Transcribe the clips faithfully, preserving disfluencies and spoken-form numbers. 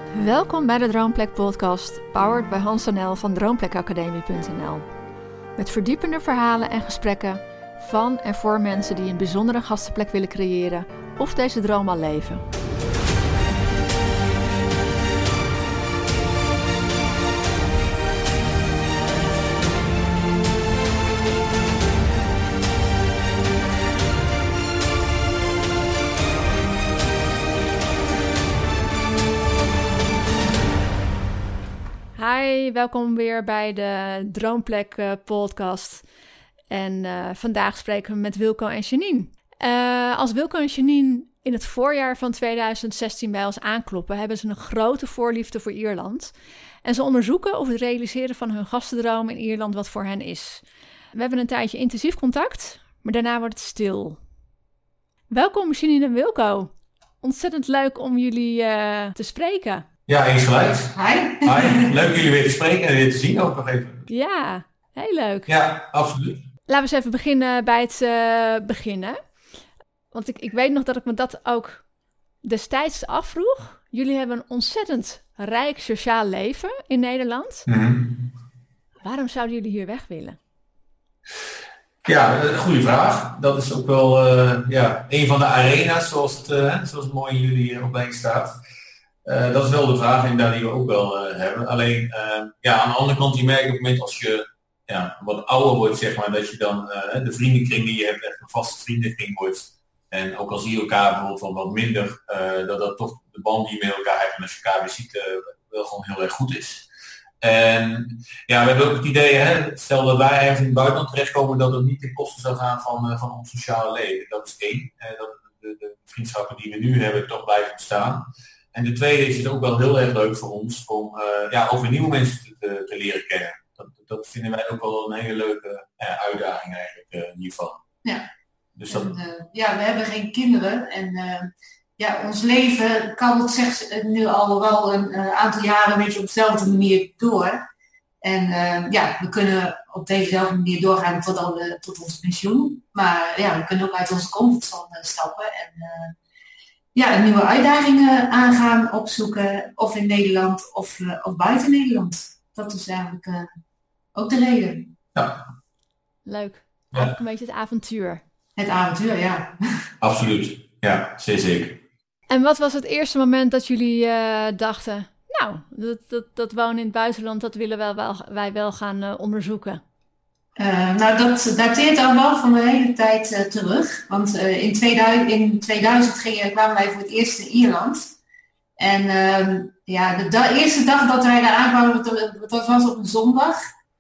Welkom bij de Droomplek podcast, powered by Hans en El van droomplekacademie punt n l. Met verdiepende verhalen en gesprekken van en voor mensen die een bijzondere gastenplek willen creëren of deze droom al leven. Hi, welkom weer bij de Droomplek uh, podcast. En uh, vandaag spreken we met Wilco en Janine. Uh, als Wilco en Janine in het voorjaar van twintig zestien bij ons aankloppen, hebben ze een grote voorliefde voor Ierland. En ze onderzoeken of het realiseren van hun gastendroom in Ierland wat voor hen is. We hebben een tijdje intensief contact, maar daarna wordt het stil. Welkom Janine en Wilco. Ontzettend leuk om jullie uh, te spreken. Ja, eens gelijk. Hi. Hi. Leuk jullie weer te spreken en weer te zien ook nog even. Ja, heel leuk. Ja, absoluut. Laten we eens even beginnen bij het uh, beginnen. Want ik, ik weet nog dat ik me dat ook destijds afvroeg. Jullie hebben een ontzettend rijk sociaal leven in Nederland. Mm-hmm. Waarom zouden jullie hier weg willen? Ja, een goede vraag. Dat is ook wel uh, ja, een van de arena's zoals het, uh, zoals het mooi in jullie opleiding staat. Uh, dat is wel de vraag inderdaad die we ook wel uh, hebben. Alleen, uh, ja, aan de andere kant, je merkt op het moment als je ja, wat ouder wordt, zeg maar, dat je dan uh, de vriendenkring die je hebt echt een vaste vriendenkring wordt. En ook al zie je elkaar bijvoorbeeld van wat minder, uh, dat dat toch de band die je met elkaar hebt en als je elkaar weer ziet, uh, wel gewoon heel erg goed is. En ja, we hebben ook het idee, hè, stel dat wij ergens in het buitenland terechtkomen, dat het niet ten koste zou gaan van, uh, van ons sociale leven. Dat is één. Uh, dat de, de vriendschappen die we nu hebben toch blijven bestaan. En de tweede is het ook wel heel erg leuk voor ons om uh, ja, over nieuwe mensen te, te, te leren kennen. Dat, dat vinden wij ook wel een hele leuke uh, uitdaging eigenlijk uh, hiervan. Ja. Dus dat... en, uh, ja, we hebben geen kinderen en uh, ja, ons leven kabbelt zeg, nu al wel een uh, aantal jaren een beetje op dezelfde manier door. En uh, ja, we kunnen op dezezelfde manier doorgaan tot, al de, tot ons pensioen. Maar ja, we kunnen ook uit onze comfortzone stappen en uh, ja, nieuwe uitdagingen aangaan, opzoeken, of in Nederland of, uh, of buiten Nederland. Dat is eigenlijk uh, ook de reden. Ja. Leuk. Ja. Ook een beetje het avontuur. Het avontuur, ja. Absoluut. Ja, zeer zeker. En wat was het eerste moment dat jullie uh, dachten, nou, dat, dat, dat wonen in het buitenland, dat willen wij wel, wij wel gaan uh, onderzoeken? Uh, nou, dat dateert al wel van een hele tijd uh, terug. Want uh, in, tweeduizend, in tweeduizend gingen, kwamen wij voor het eerst in Ierland. En uh, ja, de da- eerste dag dat wij daar aankwamen, dat, dat was op een zondag.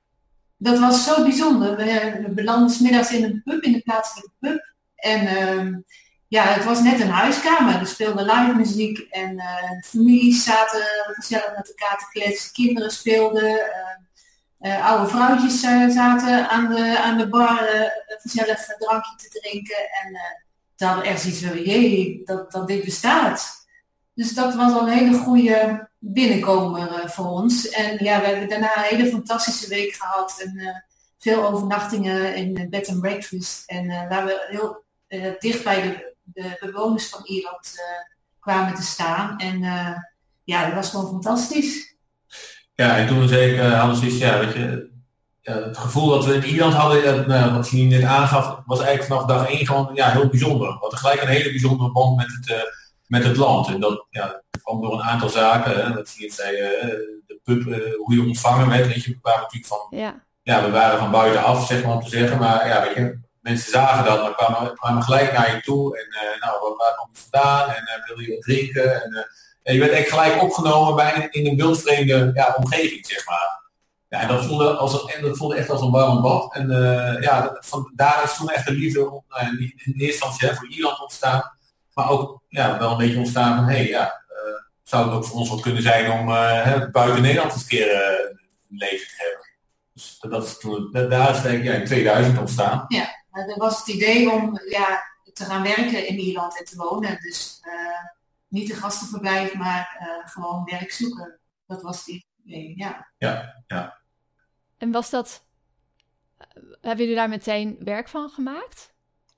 Dat was zo bijzonder. We, we belanden 's middags in een pub, in de plaatselijke pub. En uh, ja, het was net een huiskamer. Er speelde live muziek en uh, families zaten gezellig met elkaar te kletsen. Kinderen speelden. Uh, Uh, oude vrouwtjes uh, zaten aan de, aan de bar uh, gezellig een drankje te drinken. En uh, toen hadden we echt zoiets van, jee, dat, dat dit bestaat. Dus dat was al een hele goede binnenkomer uh, voor ons. En ja, we hebben daarna een hele fantastische week gehad. En uh, veel overnachtingen in bed and breakfast. En uh, waar we heel uh, dicht bij de, de bewoners van Ierland uh, kwamen te staan. En uh, ja, dat was gewoon fantastisch. Ja, en toen zei ik, uh, hadden ze iets, ja, weet je, uh, het gevoel dat we in Ierland hadden, dat, uh, wat je net aangaf, was eigenlijk vanaf dag één gewoon ja, heel bijzonder. We hadden gelijk een hele bijzondere band met het, uh, met het land. En dat ja, kwam door een aantal zaken. Hè, dat zie je zei, uh, de pub, uh, hoe je ontvangen werd, weet je, we kwamen natuurlijk van, ja. ja, we waren van buitenaf, zeg maar, om te zeggen, maar ja, weet je, mensen zagen dat, maar kwamen, kwamen gelijk naar je toe en uh, nou, waar kom je vandaan en uh, wil je wat drinken en uh, en je werd echt gelijk opgenomen bij in een wildvreemde ja, omgeving, zeg maar. Ja, en dat voelde, als een, en dat voelde echt als een warm bad. En uh, ja, dat, van, daar is toen echt de liefde uh, in de eerste instantie hè, voor Ierland ontstaan. Maar ook ja, wel een beetje ontstaan van, hé, hey, ja, uh, zou het ook voor ons wel kunnen zijn om uh, hè, buiten Nederland eens een keer uh, een leven te hebben. Dus dat is toen, dat, daar is denk ik ja, in tweeduizend ontstaan. Ja, dat was het idee om ja, te gaan werken in Ierland en te wonen. Dus uh, niet een gastenverblijf, maar uh, gewoon werk zoeken. Dat was het idee, ja. Ja, ja. En was dat, hebben jullie daar meteen werk van gemaakt?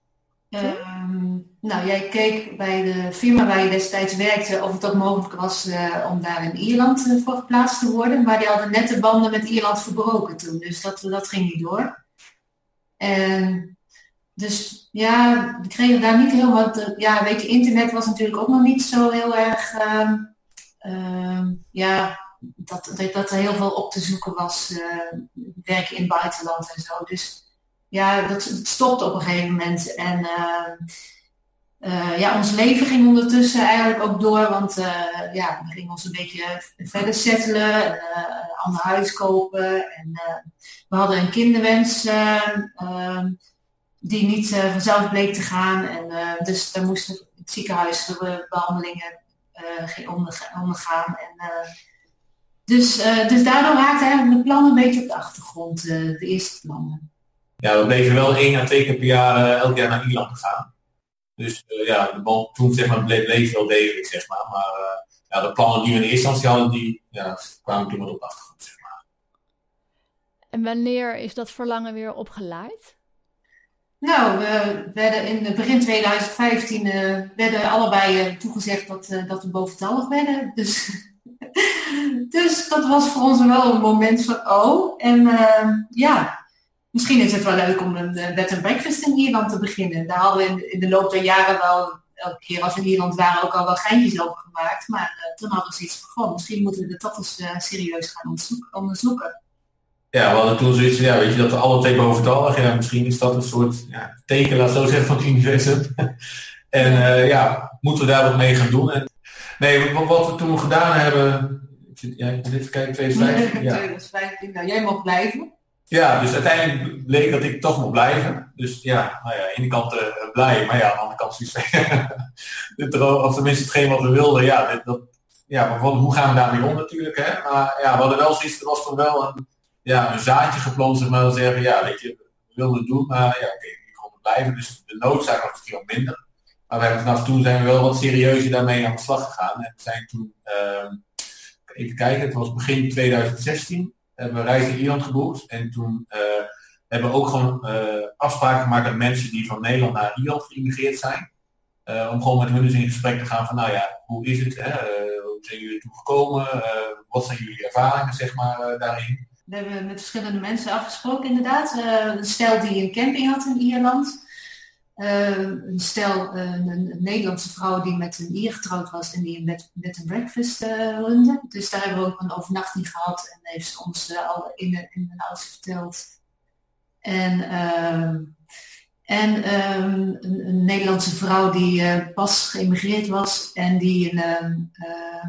Um, nou, jij keek bij de firma waar je destijds werkte of het ook mogelijk was uh, om daar in Ierland uh, voor geplaatst te worden. Maar die hadden net de banden met Ierland verbroken toen, dus dat, dat ging niet door. En dus ja, we kregen daar niet heel wat, ja weet je, internet was natuurlijk ook nog niet zo heel erg, uh, uh, ja, dat, dat, dat er heel veel op te zoeken was, uh, werken in het buitenland en zo. Dus ja, dat, dat stopte op een gegeven moment. En uh, uh, ja, ons leven ging ondertussen eigenlijk ook door, want uh, ja, we gingen ons een beetje verder settelen, en, uh, een ander huis kopen. En uh, we hadden een kinderwens uh, uh, die niet uh, vanzelf bleek te gaan. En uh, dus daar moesten we het ziekenhuis de behandelingen uh, ondergaan. En, uh, dus, uh, dus daardoor raakten eigenlijk de plannen een beetje op de achtergrond, uh, de eerste plannen. Ja, we bleven wel één à twee keer per jaar uh, elk jaar naar Ierland te gaan. Dus uh, ja, de band toen zeg maar bleef, bleef wel degelijk, zeg maar. Maar uh, ja, de plannen die we in eerste instantie hadden, die ja, kwamen toen wat op de achtergrond, zeg maar. En wanneer is dat verlangen weer opgeleid? Nou, we werden in begin twintig vijftien uh, werden allebei uh, toegezegd dat, uh, dat we boventallig werden. Dus, dus dat was voor ons wel een moment van oh. En uh, ja... Misschien is het wel leuk om een uh, bed and breakfast in Ierland te beginnen. Daar hadden we in, in de loop der jaren wel, elke keer als we in Ierland waren, ook al wel geintjes over gemaakt. Maar uh, toen hadden we zoiets van, goh, misschien moeten we dat eens uh, serieus gaan onderzoeken. Ja, we hadden toen zoiets, ja, weet je, dat we alle twee boventallig, ja, misschien is dat een soort ja, teken, laat zo zeggen, van het universum. En uh, ja, moeten we daar wat mee gaan doen. En, nee, wat, wat we toen gedaan hebben, ja, even kijken, twintig vijftien. Ja. twintig vijftien, nou jij mag blijven. Ja, dus uiteindelijk bleek dat ik toch mocht blijven. Dus ja, nou ja, aan de ene kant uh, blij, maar ja, aan de andere kant zoiets of tenminste hetgeen wat we wilden, ja, dit, dat, ja maar wat, hoe gaan we daarmee om natuurlijk, hè? Maar ja, we hadden wel zoiets, er was toch wel een, ja, een zaadje geplant, zeg maar, te zeggen, ja, weet je, we wilden het doen, maar ja, oké, okay, we konden blijven, dus de noodzaak was misschien wat minder. Maar we hebben vanaf toen zijn we wel wat serieuzer daarmee aan de slag gegaan. En we zijn toen, uh, even kijken, het was begin twintig zestien. Hebben we een reis naar Ierland geboekt en toen uh, hebben we ook gewoon uh, afspraken gemaakt met mensen die van Nederland naar Ierland geïmmigreerd zijn. Uh, om gewoon met hun dus in gesprek te gaan van nou ja, hoe is het, hè? Uh, hoe zijn jullie toe gekomen, uh, wat zijn jullie ervaringen zeg maar uh, daarin. We hebben met verschillende mensen afgesproken inderdaad. Uh, een stel die een camping had in Ierland. Uh, een stel, uh, een, een Nederlandse vrouw die met een Ier getrouwd was en die een bed, bed and breakfast uh, runde. Dus daar hebben we ook een overnachting gehad en heeft ze ons uh, al in de, in de ouds verteld. En, uh, en um, een, een Nederlandse vrouw die uh, pas geïmmigreerd was en die een, uh,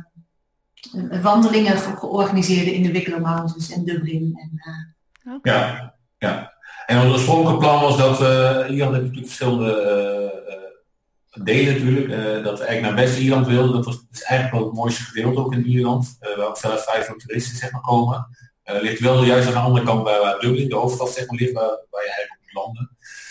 een wandelingen ge- georganiseerde in de Wicklow Mountains en Dublin. En, uh... okay. Ja, ja. En ons oorspronkelijke plan was dat uh, Ierland heeft natuurlijk verschillende uh, uh, delen natuurlijk. Uh, dat we eigenlijk naar West-Ierland wilden. Dat was dus eigenlijk wel het mooiste gedeelte ook in Ierland. Uh, waar ook zelfs vrij veel toeristen zeg maar, komen. Uh, ligt wel juist aan de andere kant waar, waar Dublin, de hoofdstad zeg maar, ligt, waar, waar je eigenlijk moet landen.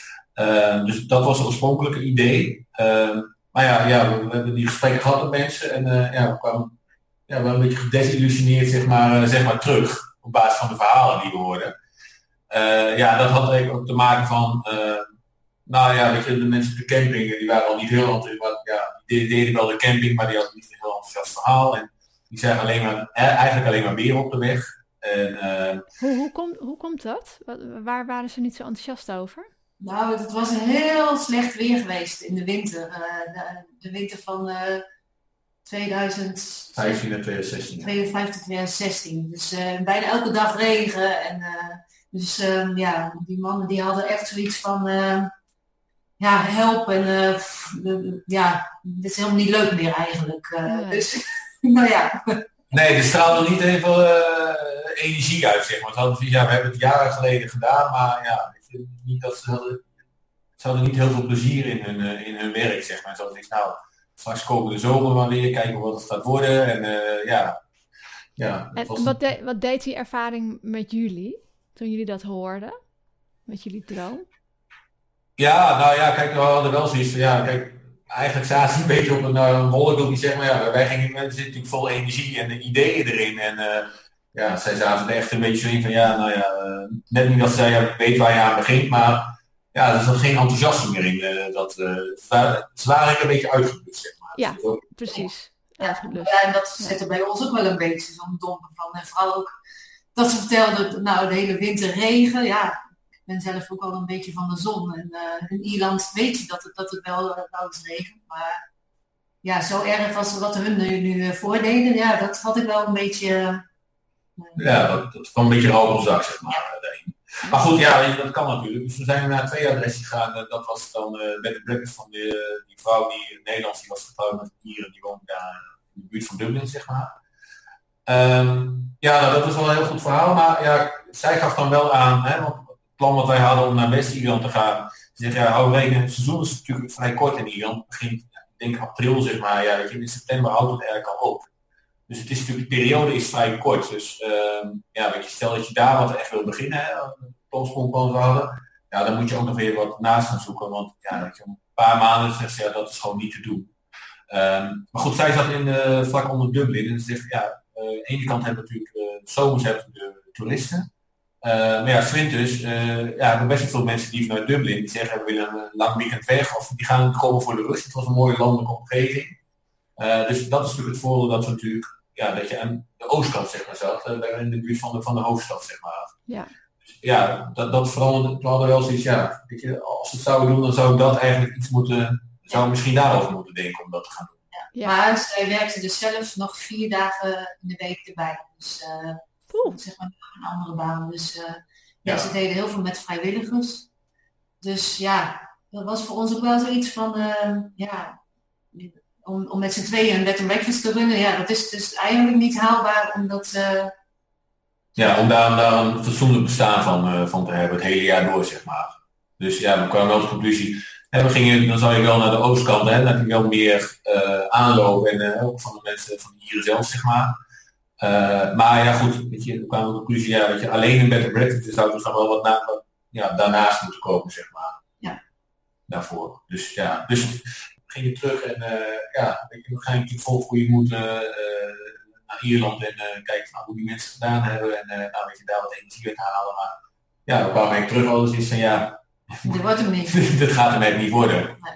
Uh, dus dat was het oorspronkelijke idee. Uh, maar ja, ja we, we hebben die gesprekken gehad met mensen. En uh, ja, we kwamen ja, wel een beetje gedesillusioneerd zeg maar, uh, zeg maar, terug. Op basis van de verhalen die we hoorden. Uh, ja, dat had eigenlijk ook te maken van, uh, nou ja, weet je, de mensen op de camping, die waren al niet heel enthousiast, ja, die deden wel de camping, maar die hadden niet een heel enthousiast verhaal. En die zagen alleen maar, eigenlijk alleen maar beren op de weg. En, uh, hoe, hoe, kom, hoe komt dat? Waar waren ze niet zo enthousiast over? Nou, het was een heel slecht weer geweest in de winter. Uh, de, de winter van uh, twintig vijftien en twintig zestien. tweeduizend vijftien, twintig zestien. Dus uh, bijna elke dag regen en... Uh, Dus um, ja, die mannen die hadden echt zoiets van, uh, ja, help en uh, uh, ja, dit is helemaal niet leuk meer eigenlijk. Uh, nee. Dus, nou ja. Nee, er straalde niet even uh, energie uit, zeg maar. Hadden, ja, we hebben het jaren geleden gedaan, maar ja, ik vind niet dat ze hadden, ze hadden niet heel veel plezier in hun, uh, in hun werk, zeg maar. Ze hadden iets, nou, straks komen de zomer maar weer, kijken wat het gaat worden en uh, ja. ja en was... wat, de, wat deed die ervaring met jullie? Toen jullie dat hoorden, met jullie droom? Ja, nou ja, kijk, we hadden wel zoiets van, ja, kijk, eigenlijk zaten ze een beetje op een, een rollercoaster die zeg maar, ja, wij gingen, we zitten natuurlijk vol energie en de ideeën erin en uh, ja, zij zaten er echt een beetje zo in van, ja, nou ja, uh, net niet dat zij ja, weet waar je aan begint, maar ja, er zat geen enthousiasme meer in. Uh, dat, uh, ze waren een beetje uitgeblust, zeg maar. Ja, ook, precies. Ja, ja, en dat zette bij ons ook wel een beetje zo'n domper van. En vooral ook dat ze vertelde, nou, de hele winter regen. Ja, ik ben zelf ook al een beetje van de zon. En uh, in Ierland weet je dat het, dat het wel, uh, wel eens regent. Maar ja, zo erg als wat hun nu, nu voordeden, ja, dat had ik wel een beetje... Uh, ja, dat, dat kwam een beetje rauw op de zak, zeg maar. Ja. Maar goed, ja, dat kan natuurlijk. Dus we zijn naar twee adressen gegaan. Dat was dan uh, met de breakfast van de, die vrouw die in Nederland die was getrouwd met een Ier. Die woont daar in de buurt van Dublin, zeg maar. Um, ja, nou, dat is wel een heel goed verhaal. Maar ja, zij gaf dan wel aan, hè, want het plan wat wij hadden om naar West-Ierland te gaan. Ze zegt, ja, hou rekening, het seizoen is natuurlijk vrij kort in Ierland. Het begint, ja, ik denk april, zeg maar. Ja, in september houdt het eigenlijk al op. Dus het is natuurlijk, de periode is vrij kort. Dus um, ja, weet je, stel dat je daar wat echt wil beginnen, hè, we hadden, ja, dan moet je ook nog weer wat naast gaan zoeken. Want ja, dat je een paar maanden zegt, ja, dat is gewoon niet te doen. Um, maar goed, zij zat in uh, vlak onder Dublin en ze zegt, ja, uh, aan de ene kant hebben we natuurlijk, uh, zomers hebben we de toeristen. Uh, maar ja, 's winters, uh, ja, er zijn best wel veel mensen die vanuit Dublin die zeggen, we willen een lang weekend weg of die gaan komen voor de rust. Het was een mooie landelijke omgeving. Uh, dus dat is natuurlijk het voordeel dat we natuurlijk, ja, dat je aan de oostkant, zeg maar, zat, uh, in de buurt van de, van de hoofdstad, zeg maar. Ja. Ja, dat, dat veranderde, we hadden wel zoiets, ja, weet je, als we het zouden doen, dan zou ik dat eigenlijk iets moeten, zou misschien daarover moeten denken om dat te gaan doen. Ja. Ja. Maar zij werkte dus zelf nog vier dagen in de week erbij. Dus uh, zeg maar een andere baan. Dus uh, ja. Ja, ze deden heel veel met vrijwilligers. Dus ja, dat was voor ons ook wel zoiets van, uh, ja, om, om met z'n tweeën een bed and breakfast te runnen, ja, dat is dus eigenlijk niet haalbaar, omdat... Uh, Ja, om daar, daar een fatsoenlijk bestaan van, uh, van te hebben, het hele jaar door, zeg maar. Dus ja, we kwamen wel tot de conclusie, hè, we gingen, dan zou je wel naar de oostkant, hè, dan heb je wel meer uh, aanloop en uh, ook van de mensen van hier zelf, zeg maar. Uh, maar ja, goed, weet je, we kwamen tot de conclusie, ja, dat je alleen een bed and breakfast zou dus dan wel wat, na, wat ja, daarnaast moeten kopen, zeg maar. Ja. Daarvoor. Dus ja, dus ging je terug en uh, ja, weet je, dan ga je natuurlijk vol voor je moeten. Uh, naar Ierland en uh, kijken van, hoe die mensen gedaan hebben en uh, nou weet je daar wat energie uit halen. Maar ja, we kwamen terug alles is van ja, dat wordt hem niet. Dat gaat hem eigenlijk niet worden. Nee.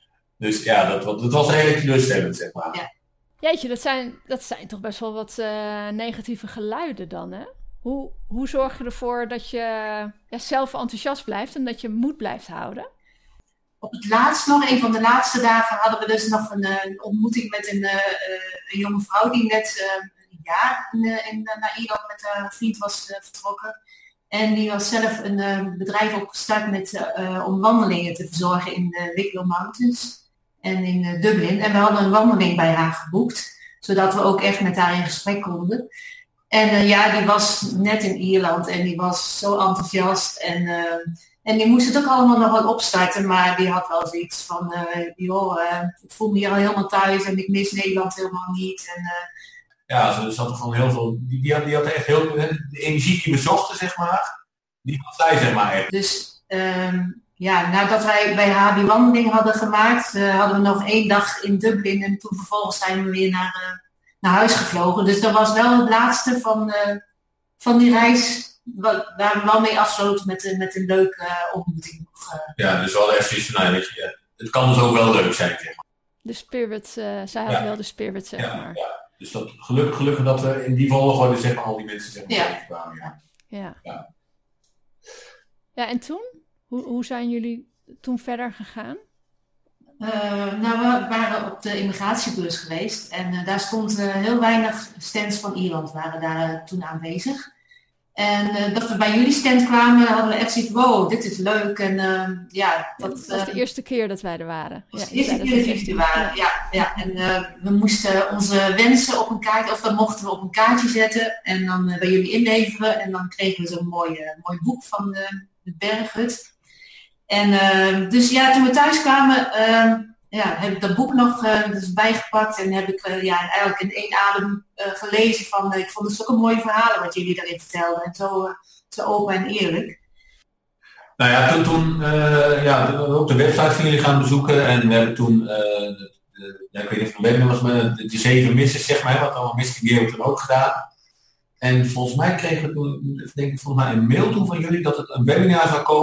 Dus ja, dat, dat was redelijk teleurstellend, zeg maar. Ja. Jeetje, dat zijn, dat zijn toch best wel wat uh, negatieve geluiden dan, hè? Hoe, hoe zorg je ervoor dat je ja, zelf enthousiast blijft en dat je moed blijft houden? Op het laatst nog, een van de laatste dagen, hadden we dus nog een, een ontmoeting met een, uh, een jonge vrouw die net uh, een jaar in, in, naar Ierland met haar vriend was uh, vertrokken. En die was zelf een uh, bedrijf opgestart met uh, om wandelingen te verzorgen in de Wicklow Mountains en in uh, Dublin. En we hadden een wandeling bij haar geboekt, zodat we ook echt met haar in gesprek konden. En uh, ja, die was net in Ierland en die was zo enthousiast en... Uh, En die moest het ook allemaal nog wel opstarten, maar die had wel zoiets van, uh, joh, uh, ik voel me hier al helemaal thuis en ik mis Nederland helemaal niet. En, uh, ja, ze zat er gewoon heel veel, die, die, had, die had echt heel veel, de energie die we zochten, zeg maar, die had zij, zeg maar, echt. Dus um, ja, nadat wij bij haar die wandeling hadden gemaakt, uh, hadden we nog één dag in Dublin en toen vervolgens zijn we weer naar, uh, naar huis gevlogen. Dus dat was wel het laatste van, uh, van die reis. Waar we wel mee afsloten met, met een leuke uh, ontmoeting. Uh, ja, dus we hadden echt zoiets van, nou, weet je, ja, het kan dus ook wel leuk zijn, zeg maar. De spirit, uh, zij had ja. wel de spirit, zeg ja, maar. Ja. Dus dat, gelukkig, gelukkig dat we in die volgorde, zeg maar, al die mensen zeg maar, ja. kwamen. Ja. Ja. Ja. Ja, en toen? Hoe, hoe zijn jullie toen verder gegaan? Uh, nou, we waren op de immigratiebeurs geweest en uh, daar stond uh, heel weinig stands van Ierland waren daar uh, toen aanwezig. En uh, dat we bij jullie stand kwamen, hadden we echt zoiets, wow, dit is leuk. En uh, ja, dat, dat was de uh, eerste keer dat wij er waren. Dat was de eerste keer dat jullie er waren, ja. ja. En uh, we moesten onze wensen op een kaart, of dat mochten we op een kaartje zetten en dan uh, bij jullie inleveren. En dan kregen we zo'n mooi, uh, mooi boek van uh, de Berghut. En uh, dus ja, toen we thuis kwamen, uh, ja, heb ik dat boek nog uh, dus bijgepakt en heb ik uh, ja, eigenlijk in één adem uh, gelezen van, uh, ik vond het zulke mooie verhalen wat jullie daarin vertelden en zo, uh, zo open en eerlijk. Nou ja, toen, toen uh, ja, ook de website van jullie gaan bezoeken en we hebben toen, uh, de, de, ja, ik weet niet of het een webinar was, met de, de zeven misses, zeg maar, wat allemaal missie, die hebben we toen ook gedaan. En volgens mij kregen we toen, denk ik, volgens mij een mail toen van jullie dat het een webinar zou komen.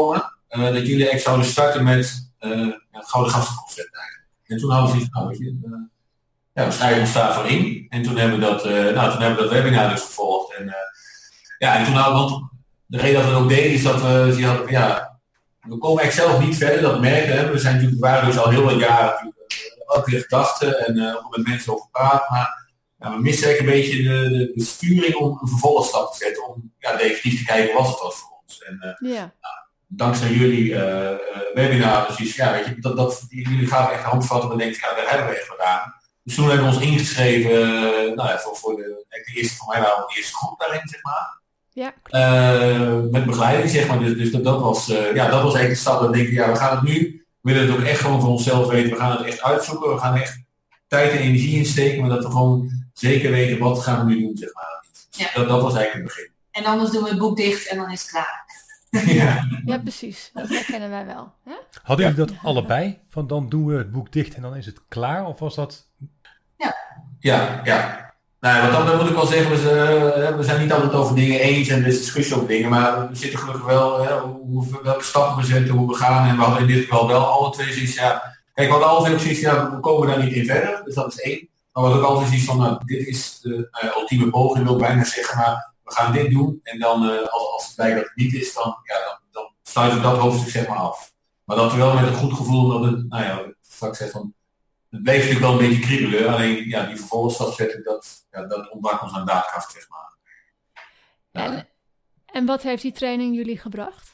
uh, dat jullie echt zouden starten met uh, het Gouden Gastenconcept eigenlijk. En toen hadden we zoiets van, nou, weet je, uh, ja, we schrijven ons daarvoor in. En toen hebben we dat, uh, nou, toen hebben we dat webinar dus gevolgd. En, uh, ja, en toen hadden we, want de reden dat we het ook deden is dat we, die hadden, ja, we komen echt zelf niet verder, dat merken we. We zijn natuurlijk, we waren dus al heel wat jaren elke keer gedachten en uh, ook met mensen over praten, maar ja, we missen eigenlijk een beetje de, de, de sturing om een vervolgstap te zetten, om ja, definitief te kijken wat het was voor ons. En, uh, ja. nou, dankzij jullie uh, uh, webinar, dus ja, weet je, dat, dat, jullie gaan echt handvatten en denken, ja, daar hebben we echt wat aan. Dus toen hebben we ons ingeschreven, uh, nou ja, voor, voor de, de eerste, voor mij waren we de eerste groep daarin, zeg maar. Ja. Uh, met begeleiding, zeg maar. Dus, dus dat, dat, was, uh, ja, dat was eigenlijk de stap. Dan denk ik, ja, we gaan het nu, we willen het ook echt gewoon voor onszelf weten. We gaan het echt uitzoeken. We gaan er echt tijd en energie in steken. Maar dat we gewoon zeker weten, wat gaan we nu doen, zeg maar. Dus ja. dat, dat was eigenlijk het begin. En anders doen we het boek dicht en dan is het klaar. ja. ja, precies. Dat herkennen wij wel. Hè? Hadden jullie dat allebei? Van dan doen we het boek dicht en dan is het klaar? Of was dat... Ja. Ja, ja. Nou, wat dan, dan moet ik wel zeggen, we, we zijn niet altijd over dingen eens en er is discussie over dingen, maar we zitten gelukkig wel, hè, hoe, welke stappen we zetten, hoe we gaan. En we hadden in dit geval wel alle twee zoiets, ja. Kijk, we hadden altijd ook zoiets, ja, we komen daar niet in verder, dus dat is één. Maar we hadden ook altijd zoiets van, nou, dit is de uh, ultieme poging, wil ik bijna zeggen, maar we gaan dit doen. En dan, uh, als, als het blijkt dat het niet is, dan, ja, dan, dan sluiten we dat hoofdstuk zeg maar af. Maar dat we wel met een goed gevoel, dat het, nou ja, straks zeg van, het bleef natuurlijk wel een beetje kriebelen, alleen ja, die vervolgstap zetten, dat, ja, dat ontbrak ons aan daadkracht, zeg maar. Ja. En, en wat heeft die training jullie gebracht?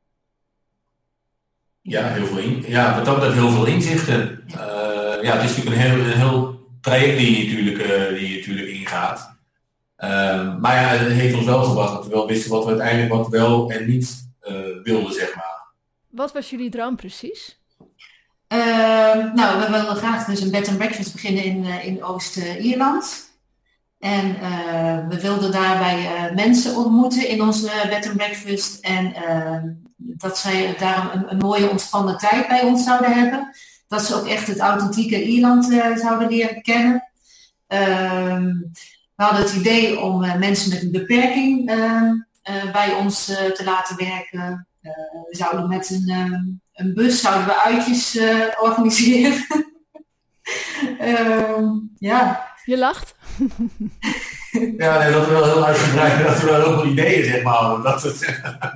Ja, heel veel, in, ja wat dat betreft heel veel inzichten. Uh, ja, het is natuurlijk een heel, een heel traject die je natuurlijk, uh, die je natuurlijk ingaat. Uh, maar ja, het heeft ons wel gebracht dat we wel wisten wat we uiteindelijk wat wel en niet uh, wilden, zeg maar. Wat was jullie droom precies? Uh, nou, we wilden graag dus een bed and breakfast beginnen in, uh, in Oost-Ierland. En uh, we wilden daarbij uh, mensen ontmoeten in onze bed and breakfast. En uh, dat zij daar een, een mooie ontspannen tijd bij ons zouden hebben. Dat ze ook echt het authentieke Ierland uh, zouden leren kennen. Uh, we hadden het idee om uh, mensen met een beperking uh, uh, bij ons uh, te laten werken. Uh, we zouden met een, uh, een bus zouden we uitjes uh, organiseren. uh, ja. Je lacht. Ja, nee, dat we wel heel uitgebreid, dat we wel heel veel ideeën zeg maar. Dat het,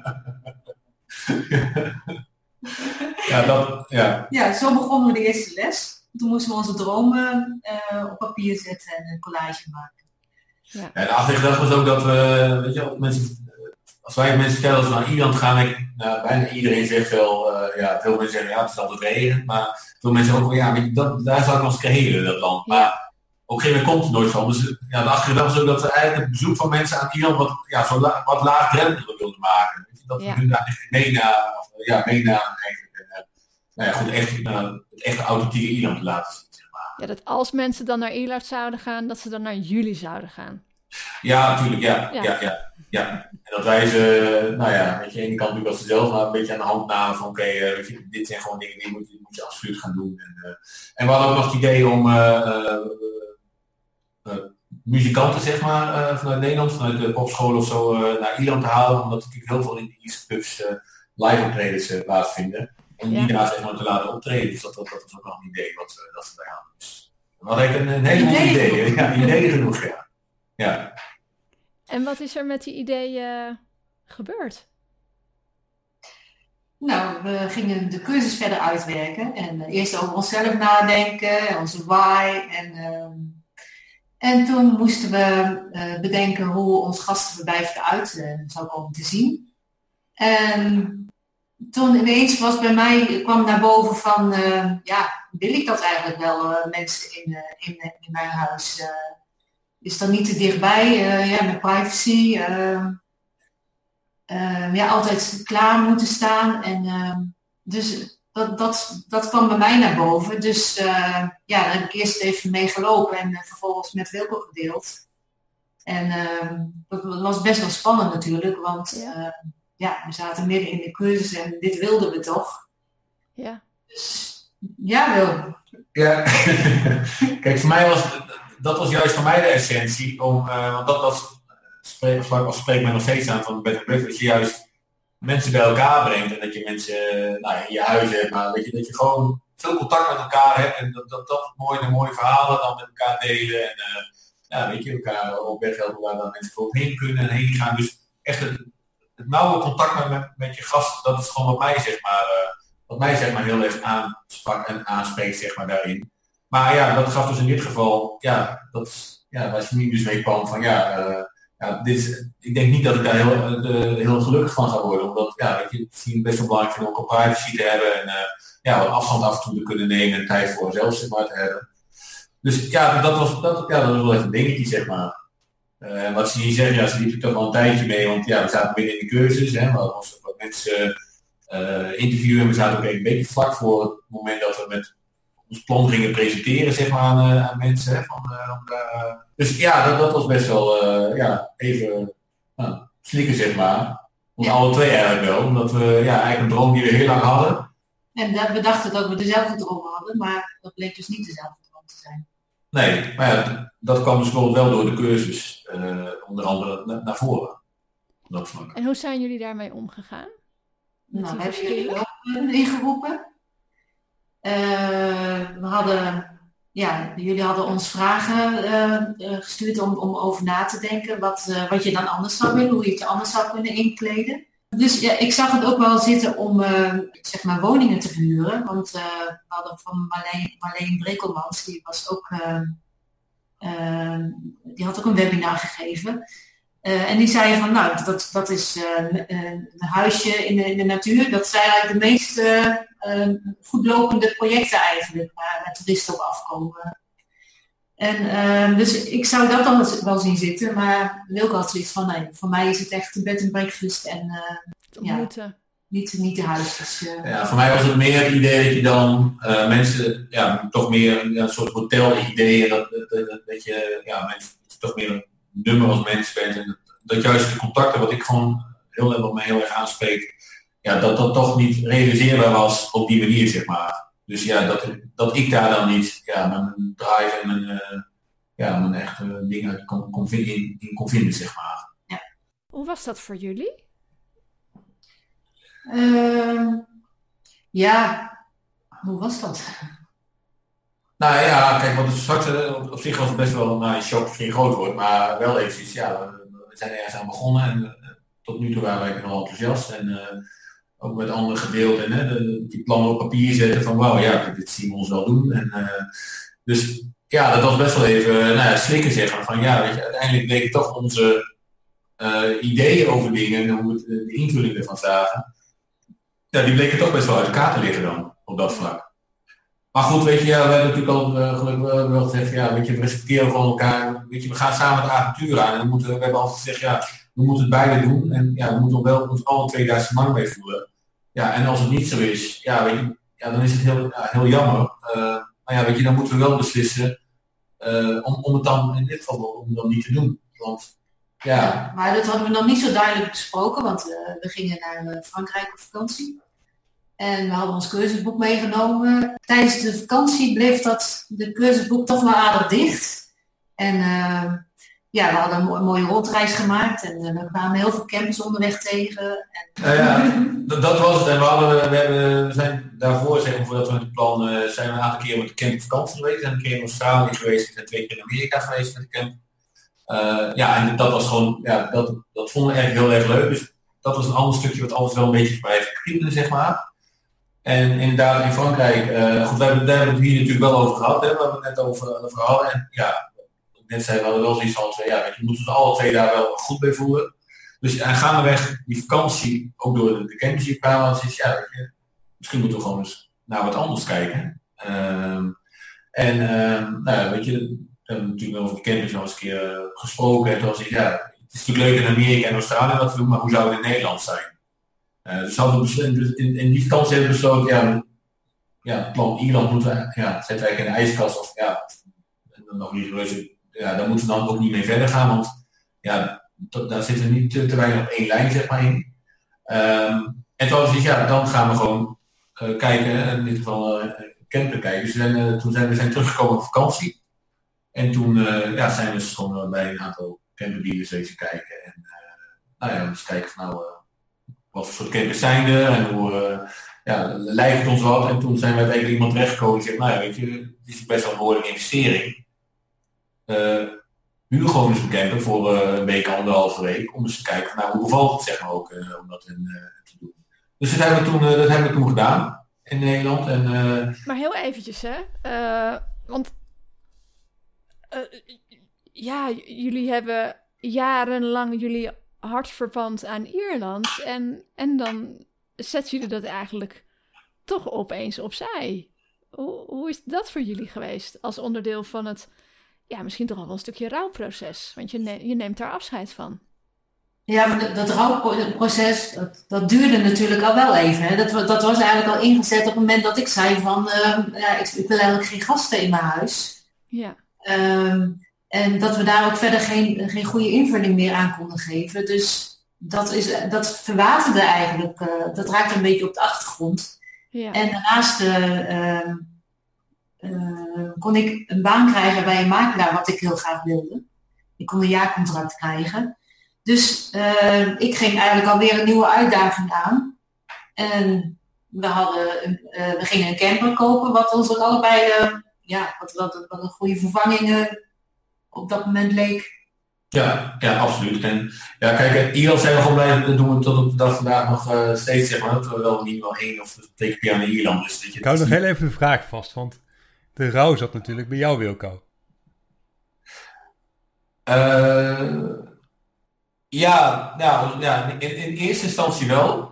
ja, dat, ja. ja, zo begonnen we de eerste les. Toen moesten we onze dromen uh, op papier zetten en een collage maken. Ja. Ja, de achtergedachte was ook dat we, weet je, als, mensen, als wij mensen vertellen dat we naar Ierland gaan, ik, nou, bijna iedereen zegt wel, uh, ja, veel mensen zeggen ja, het is altijd regent, maar veel mensen ook wel, ja, weet je, dat, daar zou ik ons creëren, dat land. Maar ja. Op een gegeven moment komt het nooit van. Dus ja, de achtergedachte is ook dat we eigenlijk het bezoek van mensen aan Ierland wat, ja, zo la, wat laagdrempelig wilden maken. Weet je, dat ja. we hun daar echt meenamen, of ja, meenamen eigenlijk. En, uh, nou ja, goed, echt, uh, het echte authentieke Ierland laten zien, zeg maar. Ja, dat als mensen dan naar Ierland zouden gaan, dat ze dan naar jullie zouden gaan. Ja, natuurlijk, ja. Ja. Ja, ja, ja. En dat wij ze, nou ja, weet je, aan de ene kant natuurlijk als ze zelf maar een beetje aan de hand namen van oké, okay, uh, weet je, dit zijn gewoon dingen die moet, die moet je absoluut gaan doen. En, uh, en we hadden ook nog het idee om uh, uh, uh, muzikanten, zeg maar, uh, vanuit Nederland, vanuit de popschool of zo, uh, naar Ierland te halen, omdat er natuurlijk heel veel in de Ierse pubs uh, live optredens uh, plaatsvinden. Om die ja. daar zeg maar te laten optreden. Dus dat, dat, dat was ook nog een idee wat uh, dat we bij hadden. Dus we hadden eigenlijk een, een heleboel ideeën. Ja, ideeën genoeg, ja. Ja. En wat is er met die ideeën uh, gebeurd? Nou, we gingen de cursus verder uitwerken. En uh, eerst over onszelf nadenken, onze why. En, uh, en toen moesten we uh, bedenken hoe ons gastenverblijf eruit uh, zou komen te zien. En toen ineens was bij mij, kwam naar boven van, uh, ja, wil ik dat eigenlijk wel, uh, mensen in, uh, in, in mijn huis... Uh, is dan niet te dichtbij, uh, ja, met privacy. Uh, uh, ja, altijd klaar moeten staan. En, uh, dus dat, dat, dat kwam bij mij naar boven. Dus uh, ja, daar heb ik eerst even mee gelopen en uh, vervolgens met Wilco gedeeld. En uh, dat was best wel spannend natuurlijk, want uh, ja, we zaten midden in de cursus en dit wilden we toch. Ja. Dus ja, Wil. Ja, kijk, voor mij was... Dat was juist voor mij de essentie, om, uh, want dat, dat spreek, als spreek men nog steeds aan van Bed and Breakfast, dat je juist mensen bij elkaar brengt en dat je mensen uh, nou, in je huis hebt, maar dat je, dat je gewoon veel contact met elkaar hebt en dat dat, dat mooie, mooie verhalen dan met elkaar delen en uh, ja, weet je, elkaar op weg helpen waar dan mensen voor heen kunnen en heen gaan. Dus echt het, het nauwe contact met, met je gast, dat is gewoon wat mij zeg maar, uh, wat mij zeg maar heel erg aansprak en aanspreekt zeg maar daarin. Maar ja, dat gaf dus in dit geval, ja, dat ja, waar Janine dus mee kwam van ja, uh, ja dit is, ik denk niet dat ik daar heel, uh, heel gelukkig van ga worden, omdat ja, weet je, het is best wel belangrijk vind om ook een privacy te hebben en uh, ja, wat afstand af en toe te kunnen nemen en tijd voor onszelf zeg maar te hebben. Dus ja, dat was, dat, ja, dat was wel even een dingetje zeg maar. Uh, wat ze hier zeggen, ja, ze liep toch wel een tijdje mee, want ja, we zaten binnen in de cursus, hè, we hadden wat mensen uh, interviewen en we zaten ook een beetje vlak voor het moment dat we met ons plan gingen presenteren zeg maar, aan, uh, aan mensen. Hè, van, uh, uh, dus ja, dat, dat was best wel uh, ja, even uh, slikken zeg maar. Ons ja. alle twee eigenlijk wel, omdat we ja, eigenlijk een droom die we heel lang hadden. En dat, we dachten dat we dezelfde droom hadden, maar dat bleek dus niet dezelfde droom te zijn. Nee, maar ja, dat kwam dus wel door de cursus, uh, onder andere na, naar voren. Dat vlak. En hoe zijn jullie daarmee omgegaan? Met nou, hebben jullie ook ingeroepen? Uh, we hadden, ja, jullie hadden ons vragen uh, uh, gestuurd om, om over na te denken wat, uh, wat je dan anders zou willen, hoe je het anders zou kunnen inkleden. Dus ja, ik zag het ook wel zitten om uh, zeg maar woningen te verhuren, want uh, we hadden van Marleen, Marleen Brekelmans, die was ook, uh, uh, die had ook een webinar gegeven. Uh, en die zei van, nou, dat, dat is uh, een huisje in de, in de natuur. Dat zijn eigenlijk de meest uh, uh, goedlopende projecten eigenlijk, waar toeristen op afkomen. En uh, dus ik zou dat dan wel zien zitten, maar Wilco had zoiets van, nee, voor mij is het echt een bed en breakfast en uh, ja, niet, niet de huis. Dus, uh, ja, voor mij was het meer het idee dat je dan uh, mensen, ja, toch meer een soort hotel-ideeën, dat, dat, dat, dat je, ja, mensen, toch meer een nummer als mens bent en dat juist de contacten, wat ik gewoon heel, wat mij heel erg aanspreekt, ja, dat dat toch niet realiseerbaar was op die manier, zeg maar. Dus ja, dat, dat ik daar dan niet ja, mijn drive en mijn, uh, ja, mijn echte dingen kon, kon vinden, in, in kon vinden, zeg maar. Ja. Hoe was dat voor jullie? Uh, ja, hoe was dat? Nou ja, kijk, wat het straks op, op zich was het best wel nou, een shock, geen groot woord, maar wel eventjes, ja, we, we zijn ergens aan begonnen en uh, tot nu toe waren wij wel enthousiast en uh, ook met anderen gedeeld en hè, de, die plannen op papier zetten van wauw, ja, dit zien we ons wel doen. En, uh, dus ja, dat was best wel even uh, nou ja, slikken zeggen van ja, weet je, uiteindelijk bleken toch onze uh, ideeën over dingen en hoe we de invulling ervan zagen, ja, die bleken toch best wel uit elkaar te liggen dan, op dat vlak. Maar goed, weet je, ja, we hebben natuurlijk al uh, gelukkig wel, wel gezegd, ja, weet je, we respecteren gewoon elkaar, weet je, we gaan samen het avontuur aan en we, moeten, we hebben altijd gezegd, ja, we moeten het beide doen en ja, we moeten wel ons alle twee daar lang mee voelen. Ja, en als het niet zo is, ja, weet je, ja, dan is het heel, ja, heel jammer. Uh, maar ja, weet je, dan moeten we wel beslissen uh, om, om het dan in dit geval om dan niet te doen. Want, ja. Ja, maar dat hadden we nog niet zo duidelijk besproken, want uh, we gingen naar uh, Frankrijk op vakantie. En we hadden ons cursusboek meegenomen. Tijdens de vakantie bleef dat de cursusboek toch wel aardig dicht. En uh, ja, we hadden een, mo- een mooie rondreis gemaakt en uh, we kwamen heel veel campers onderweg tegen. En... Uh, ja, dat, dat was het. En we, hadden, we, hebben, we zijn daarvoor, zeg maar, voordat we met het plan uh, zijn we een aantal keer met de camp op vakantie geweest. We zijn een keer in Australië geweest, we zijn twee keer in Amerika geweest met de camp. Uh, ja, en dat was gewoon, ja, dat, dat vonden we eigenlijk heel erg leuk. Dus dat was een ander stukje wat altijd wel een beetje blijft kriebelen, zeg maar. En inderdaad in Frankrijk, uh, goed, wij hebben, daar hebben we het hier natuurlijk wel over gehad, hè, waar we het net over, over hadden. En ja, net zei we hadden wel zoiets van, ja, weet je, we moeten ons alle twee daar wel goed bij voelen. Dus en gaandeweg die vakantie, ook door de, de campers die kwamen, was ja, weet je, misschien moeten we gewoon eens naar wat anders kijken. Um, en um, nou ja, weet je, we hebben natuurlijk over de campers wel eens een keer uh, gesproken. En toen was ik, ja, het is natuurlijk leuk in Amerika en Australië wat we doen, maar hoe zou het in Nederland zijn? Uh, dus hadden we besloten, in, in die vakantie hebben we besloten, ja, ja, plan Ierland moeten we, ja, zetten wij in de ijskast of ja, en dan nog niet rustig, ja, daar moeten we dan ook niet mee verder gaan, want ja, dat, daar zitten we niet te, te weinig op één lijn, zeg maar, in. Um, en toen was het, ja, dan gaan we gewoon uh, kijken, in dit geval uh, camper kijken. Dus we zijn, uh, toen zijn we zijn teruggekomen op vakantie. En toen uh, ja, zijn we dus gewoon uh, bij een aantal camperdealers wezen kijken. En uh, nou ja, dus kijken van nou, uh, wat voor soort campers zijn er en hoe uh, ja, lijkt het ons wat. En toen zijn we uiteindelijk iemand terechtgekomen die zegt, nou ja, weet je, dit is best wel een behoorlijke investering. Uh, huur gewoon eens een camper voor uh, een week, anderhalve week, om eens te kijken van, nou, hoe bevalt het zeg maar ook uh, om dat in, uh, te doen. Dus dat hebben we toen, uh, dat hebben we toen gedaan in Nederland. En, uh, maar heel eventjes, hè. Uh, want uh, ja, j- jullie hebben jarenlang jullie hart verpand aan Ierland. En, en dan zetten jullie dat eigenlijk toch opeens opzij. Hoe, hoe is dat voor jullie geweest? Als onderdeel van het, ja, misschien toch al wel een stukje rouwproces. Want je, ne- je neemt daar afscheid van. Ja, maar dat, dat rouwproces, dat, dat duurde natuurlijk al wel even. Hè. Dat, dat was eigenlijk al ingezet op het moment dat ik zei van, uh, ja, ik, ik wil eigenlijk geen gasten in mijn huis. Ja. Um, en dat we daar ook verder geen, geen goede invulling meer aan konden geven. Dus dat, is, dat verwaterde eigenlijk, uh, dat raakte een beetje op de achtergrond. Ja. En daarnaast uh, uh, kon ik een baan krijgen bij een makelaar, wat ik heel graag wilde. Ik kon een jaarcontract krijgen. Dus uh, ik ging eigenlijk alweer een nieuwe uitdaging aan. En we, hadden, uh, we gingen een camper kopen, wat ons ook allebei uh, ja, wat, wat, wat een goede vervanging uh, op dat moment leek. Ja, ja, absoluut. En ja, kijk, Ierland zijn we gewoon blijven, dat doen we tot op de dag vandaag nog uh, steeds, zeg maar, dat we wel niet wel heen of twee keer per jaar naar Ierland. Dus dat je, ik hou nog heel even de vraag vast, want de rouw zat natuurlijk bij jou, Wilco. Uh, ja, nou, ja, in, in eerste instantie wel.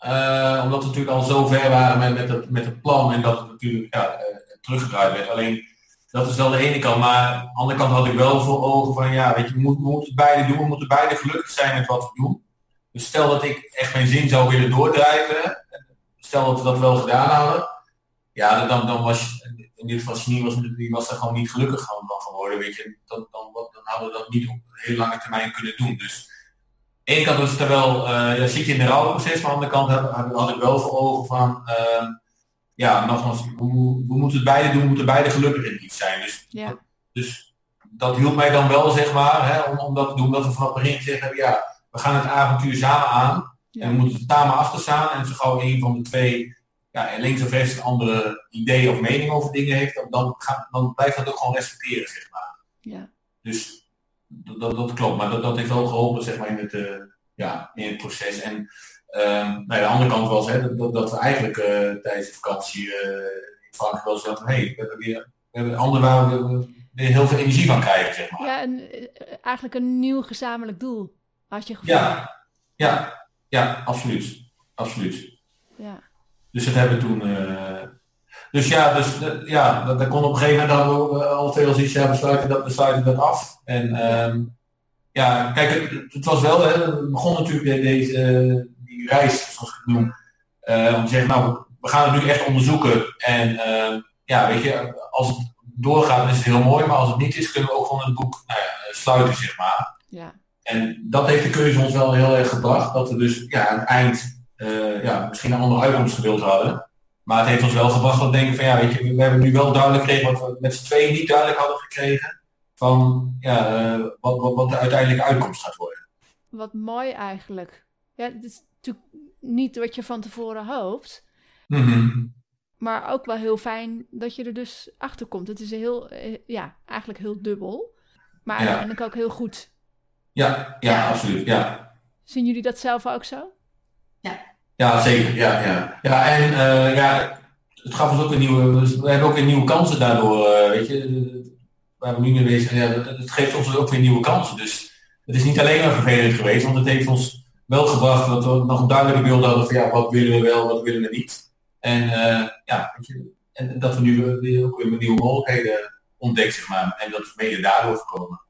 Uh, omdat we natuurlijk al zo ver waren met, met, het, met het plan en dat het natuurlijk ja, uh, teruggedraaid werd. Alleen, dat is wel de ene kant. Maar aan de andere kant had ik wel voor ogen van, ja, weet je, we moeten, we moeten het beide doen. We moeten beide gelukkig zijn met wat we doen. Dus stel dat ik echt mijn zin zou willen doordrijven. Stel dat we dat wel gedaan hadden. Ja, dan, dan was in dit geval Janine was, die was er gewoon niet gelukkig van geworden. Weet je. Dan, dan, dan hadden we dat niet op een hele lange termijn kunnen doen. Dus aan de ene kant was het er wel, uh, ja, zit je in de rouwproces. Maar aan de andere kant had, had ik wel voor ogen van, uh, ja, nogmaals, we, we moeten het beide doen. We moeten beide gelukkig in iets zijn. Dus, Ja. dus dat hielp mij dan wel, zeg maar, hè, om, om dat te doen. Omdat we vanaf het begin gezegd hebben, ja, we gaan het avontuur samen aan. Ja. En we moeten er samen achter staan. En zo gauw een van de twee, ja, links of rechts een andere idee of mening over dingen heeft, dan, dan, gaat, dan blijft dat ook gewoon respecteren, zeg maar. Ja. Dus dat, dat, dat klopt, maar dat, dat heeft wel geholpen, zeg maar, in het, uh, ja, in het proces. En um, nou ja, de andere kant was, hè, dat, dat we eigenlijk uh, tijdens de vakantie uh, in Frankrijk wel zeiden van, hé, hey, we hebben weer we hebben een ander waar we weer heel veel energie van krijgen, zeg maar. Ja, en uh, eigenlijk een nieuw gezamenlijk doel had je gevonden. Ja, ja, ja, absoluut. Absoluut. Ja. Dus dat hebben we toen... Uh, dus ja, dus, uh, ja dat, dat kon op een gegeven moment dan we al twee als iets, ja, we sluiten dat, we sluiten dat af. En um, ja, kijk, het, het was wel, hè, het begon natuurlijk deze, uh, die reis, zoals ik het noem, uh, om te zeggen, nou, we gaan het nu echt onderzoeken. En uh, ja, weet je, als het doorgaat, dan is het heel mooi, maar als het niet is, kunnen we ook gewoon het boek nou ja, sluiten, zeg maar. Ja. En dat heeft de keuze ons wel heel erg gebracht, dat we dus ja, aan het eind uh, ja, misschien een andere uitkomst gewild hadden. Maar het heeft ons wel gebracht dat we denken van ja, weet je, we hebben nu wel duidelijk gekregen wat we met z'n tweeën niet duidelijk hadden gekregen. Van ja, uh, wat, wat, wat de uiteindelijke uitkomst gaat worden. Wat mooi eigenlijk. Ja, het is natuurlijk niet wat je van tevoren hoopt. Mm-hmm. Maar ook wel heel fijn dat je er dus achter komt. Het is heel, ja, eigenlijk heel dubbel. Maar ja. uiteindelijk ook heel goed. Ja, ja, ja, absoluut. Ja. Zien jullie dat zelf ook zo? Ja. Ja, zeker. Ja, ja. Ja, en uh, ja, het gaf ons ook een nieuwe, we hebben ook weer nieuwe kansen daardoor, uh, weet je. Waar we nu mee bezig zijn, ja, het geeft ons ook weer nieuwe kansen. Dus het is niet alleen maar vervelend geweest, want het heeft ons wel gebracht dat we nog een duidelijke beeld hadden van ja, wat willen we wel, wat willen we niet. En uh, ja, weet je, en dat we nu weer ook weer nieuwe mogelijkheden ontdekken, zeg maar. En dat is mede daardoor gekomen.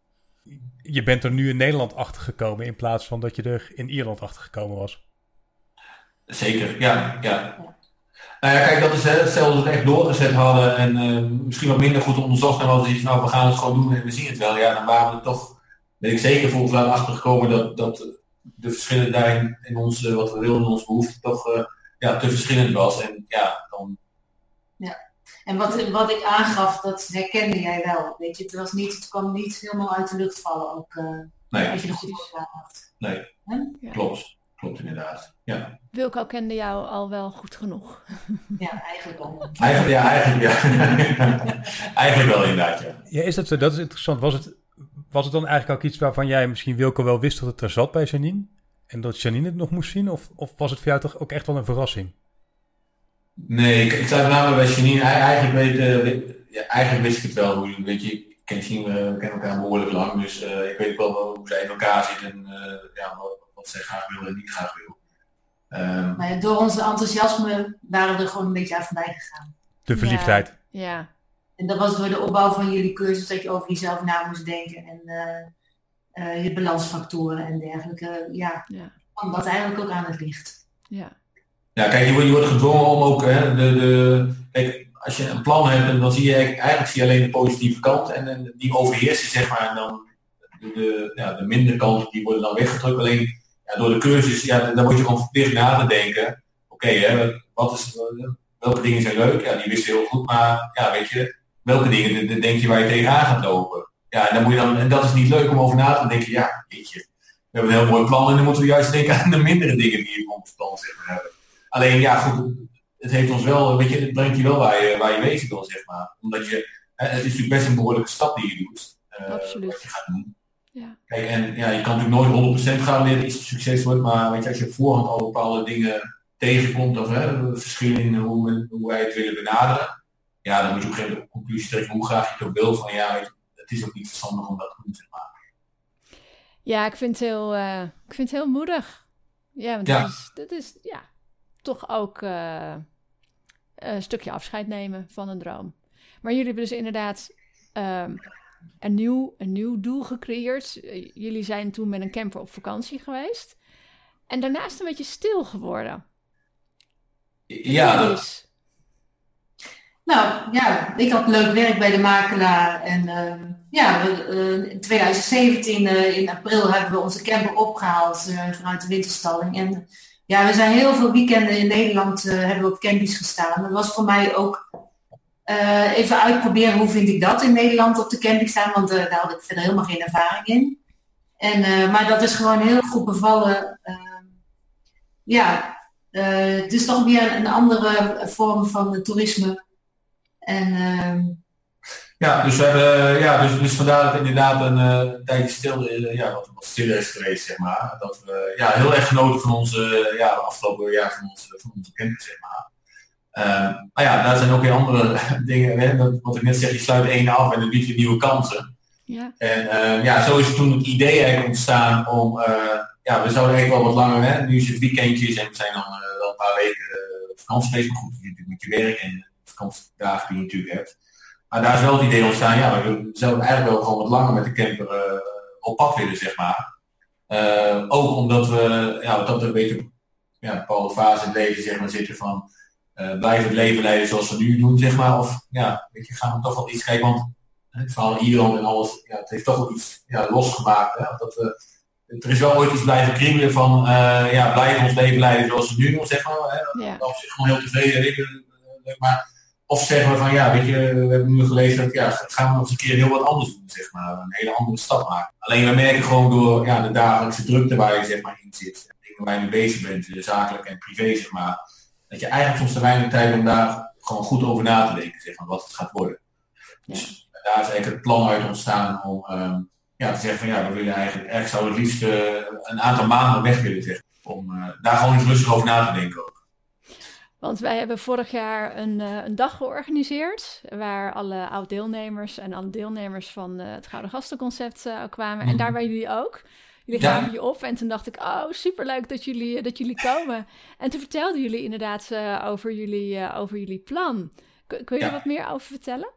Je bent er nu in Nederland achter gekomen in plaats van dat je er in Ierland achter gekomen was. Zeker, ja, ja. Nou ja, kijk, dat is hè, stel dat we het echt doorgezet hadden en uh, misschien wat minder goed onderzocht en we hadden iets, nou we gaan het gewoon doen en we zien het wel. Ja, dan waren we er toch, weet ik zeker, volgens mij achter gekomen dat, dat de verschillen daarin in ons, uh, wat we wilden, in onze behoeften toch uh, ja, te verschillend was. En ja, dan... Ja, en wat, wat ik aangaf, dat herkende jij wel. Weet je, het was niet, het kwam niet helemaal uit de lucht vallen ook, uh, nee. als je er goed over nadacht. Nee, huh? ja. Klopt. klopt inderdaad. Ja. Wilco kende jou al wel goed genoeg. Ja, eigenlijk wel. Eigenlijk, ja, eigenlijk, ja. eigenlijk wel inderdaad, ja. Ja, is dat zo? Dat is interessant. Was het, was het dan eigenlijk ook iets waarvan jij misschien Wilco wel wist dat het er zat bij Janine? En dat Janine het nog moest zien? Of, of was het voor jou toch ook echt wel een verrassing? Nee, ik, ik zei met name bij Janine, eigenlijk, weet, uh, ja, eigenlijk wist ik het wel. Hoe, weet je, ik ken Janine, we kennen elkaar behoorlijk lang, dus uh, ik weet wel hoe zij in elkaar zit en uh, ja, wat, wat zij graag wil en niet graag wil. Um, maar ja, door onze enthousiasme waren we er gewoon een beetje aan voorbij gegaan. De verliefdheid. Ja, ja. En dat was door de opbouw van jullie cursus dat je over jezelf na moest denken en uh, uh, je balansfactoren en dergelijke. Ja, ja. kwam dat eigenlijk ook aan het licht. Ja. Ja, kijk, je wordt, je wordt gedwongen om ook, hè, de, de, kijk, als je een plan hebt, dan zie je eigenlijk zie je alleen de positieve kant en, en die overheerst, zeg maar, en dan de, de, ja, de mindere kanten die worden dan weggedrukt. Alleen ja, door de cursus, ja, dan word je gewoon verplicht na te denken. Oké, okay, wat is, welke dingen zijn leuk? Ja, die wist je heel goed, maar ja, weet je, welke dingen de, de, denk je waar je tegenaan gaat lopen? Ja, en dan moet je dan, en dat is niet leuk om over na te denken. Ja, weet je, we hebben een heel mooi plan en dan moeten we juist denken aan de mindere dingen die je op het plan zeg maar, hebben. Alleen ja, goed, het heeft ons wel, weet je, het brengt je wel waar je, waar je wezen wil, zeg maar. Omdat je, hè, het is natuurlijk best een behoorlijke stap die je doet. Uh, Absoluut. Wat je gaat doen. Ja. Kijk, en ja, je kan natuurlijk nooit honderd procent garanderen dat iets een succes wordt, maar weet je, als je op voorhand al bepaalde dingen tegenkomt, of hè, verschillen in hoe, hoe wij het willen benaderen, ja, dan moet je op een gegeven moment de conclusie trekken hoe graag je het ook wil, van ja, weet je, het is ook niet verstandig om dat te doen, zeg maar. Ja, ik vind het heel, uh, ik vind het heel moedig. Ja, want ja. Dat, is, dat is ja, toch ook uh, een stukje afscheid nemen van een droom. Maar jullie hebben dus inderdaad um, een, nieuw, een nieuw doel gecreëerd. Uh, jullie zijn toen met een camper op vakantie geweest. En daarnaast een beetje stil geworden. Ja. Dat... Nou ja, ik had leuk werk bij de makelaar. En uh, ja, we, uh, in twintig zeventien uh, in april hebben we onze camper opgehaald uh, vanuit de winterstalling. En ja, we zijn heel veel weekenden in Nederland uh, hebben we op campies gestaan. Dat was voor mij ook uh, even uitproberen hoe vind ik dat in Nederland op de camping staan. Want uh, daar had ik verder helemaal geen ervaring in. En, uh, maar dat is gewoon heel goed bevallen. Uh, ja, uh, het is toch weer een andere vorm van uh, toerisme. En, uh... Ja, dus we hebben, ja, dus, dus vandaar dat het inderdaad een uh, tijdje stil, uh, ja, wat, wat stiller is geweest, zeg maar. Dat we ja, heel erg genoten van onze, ja, afgelopen jaar van onze, van onze camper, zeg maar. Uh, maar ja, daar zijn ook weer andere dingen, hè, dat, wat ik net zeg, je sluit één af en dan biedt je nieuwe kansen. Ja. En uh, ja, zo is het toen het idee eigenlijk ontstaan om, uh, ja, we zouden eigenlijk wel wat langer, hè, nu is het weekendjes en we zijn dan uh, wel een paar weken uh, vakantie geweest, maar goed, je natuurlijk met je werk en vakantiedagen die je natuurlijk hebt. Maar daar is wel het idee ontstaan, ja, we zouden eigenlijk wel gewoon wat langer met de camper uh, op pad willen, zeg maar. Uh, ook omdat we, ja, dat we een beetje, ja, een bepaalde fase in het leven, zeg maar, zitten van, uh, blijven het leven leiden zoals we nu doen, zeg maar. Of, ja, weet je, gaan we toch wel iets kijken, want het verhaal Ierland en alles, ja, het heeft toch wel iets, ja, losgemaakt, hè. Dat we, er is wel ooit iets blijven kriebelen van, uh, ja, blijven ons leven leiden zoals we nu doen, zeg maar. Hè. Ja. Op zich gewoon heel tevreden, weet je, maar... Of zeggen we van, ja, weet je, we hebben nu gelezen dat, ja, gaan we nog eens een keer heel wat anders doen, zeg maar. Een hele andere stap maken. Alleen we merken gewoon door, ja, de dagelijkse drukte waar je, zeg maar, in zit. Dingen waar je mee bezig bent, zakelijk en privé, zeg maar. Dat je eigenlijk soms te weinig tijd om daar gewoon goed over na te denken, zeg maar, wat het gaat worden. Ja. Dus daar is eigenlijk het plan uit ontstaan om, um, ja, te zeggen van, ja, we willen eigenlijk, eigenlijk zou het liefst uh, een aantal maanden weg willen, zeg. Om uh, daar gewoon eens rustig over na te denken ook. Want wij hebben vorig jaar een, uh, een dag georganiseerd, waar alle oud-deelnemers en alle deelnemers van uh, het Gouden Gastenconcept uh, kwamen. Mm-hmm. En daar waren jullie ook. Jullie ja. gaven je op en toen dacht ik, oh, superleuk dat jullie, dat jullie komen. En toen vertelden jullie inderdaad uh, over, jullie, uh, over jullie plan. Kun, kun je ja. er wat meer over vertellen?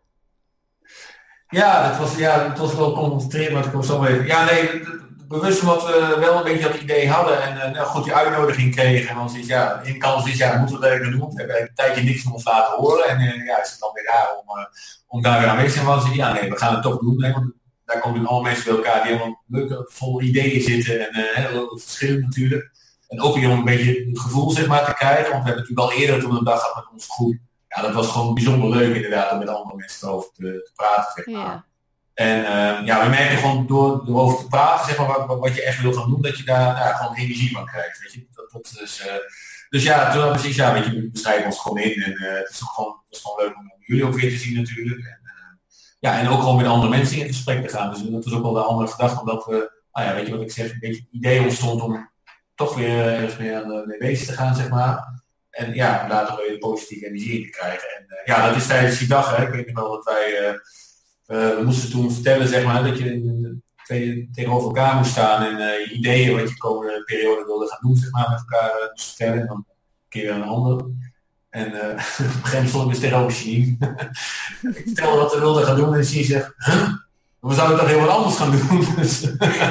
Ja, dat was, ja, het was wel concentreren, maar ik kom zo even. Ja, nee, bewust wat we wel een beetje dat idee hadden en uh, nou, goed die uitnodiging kregen. En dan is ja, in kans is ja, moeten we dat even doen. We hebben een tijdje niks van ons laten horen. En uh, ja, is het dan weer raar om, uh, om daar weer aanwezig te zijn. Ja, nee, we gaan het toch doen. Nee, want daar komen allemaal mensen bij elkaar die helemaal leuke, vol ideeën zitten. En uh, heel verschillend natuurlijk. En ook weer om een beetje het gevoel, zeg maar, te krijgen. Want we hebben natuurlijk al eerder toen een dag gehad met onze groep. Ja, dat was gewoon bijzonder leuk inderdaad om met andere mensen erover te, te praten, zeg maar. Ja. En uh, ja, we merken gewoon door, door over te praten, zeg maar, wat, wat je echt wil gaan doen, dat je daar nou, gewoon energie van krijgt. Weet je? Dat, dat is, uh, dus ja, toen precies, ja, weet je, we beschrijven ons gewoon in. En uh, het is ook gewoon, het is gewoon leuk om jullie ook weer te zien natuurlijk. En, uh, ja, en ook gewoon met andere mensen in gesprek te gaan. Dus dat is ook wel de andere gedachte, omdat we, nou ja, weet je wat ik zeg, een beetje het idee ontstond om toch weer ergens meer aan mee bezig te gaan, zeg maar. En ja, later weer positieve energie in te krijgen. En uh, ja, dat is tijdens die dag, hè. Ik weet nog wel dat wij, uh, uh, we moesten toen vertellen, zeg maar, dat je in, twee, tegenover elkaar moest staan en uh, je ideeën wat je de komende periode wilde gaan doen, zeg maar, met elkaar uh, moest vertellen. En dan een keer weer een ander. En uh, op een gegeven moment stond ik dus tegenover Janine. Ik vertelde wat we wilden gaan doen en Janine zegt, huh? We zouden toch heel wat anders gaan doen. Dus,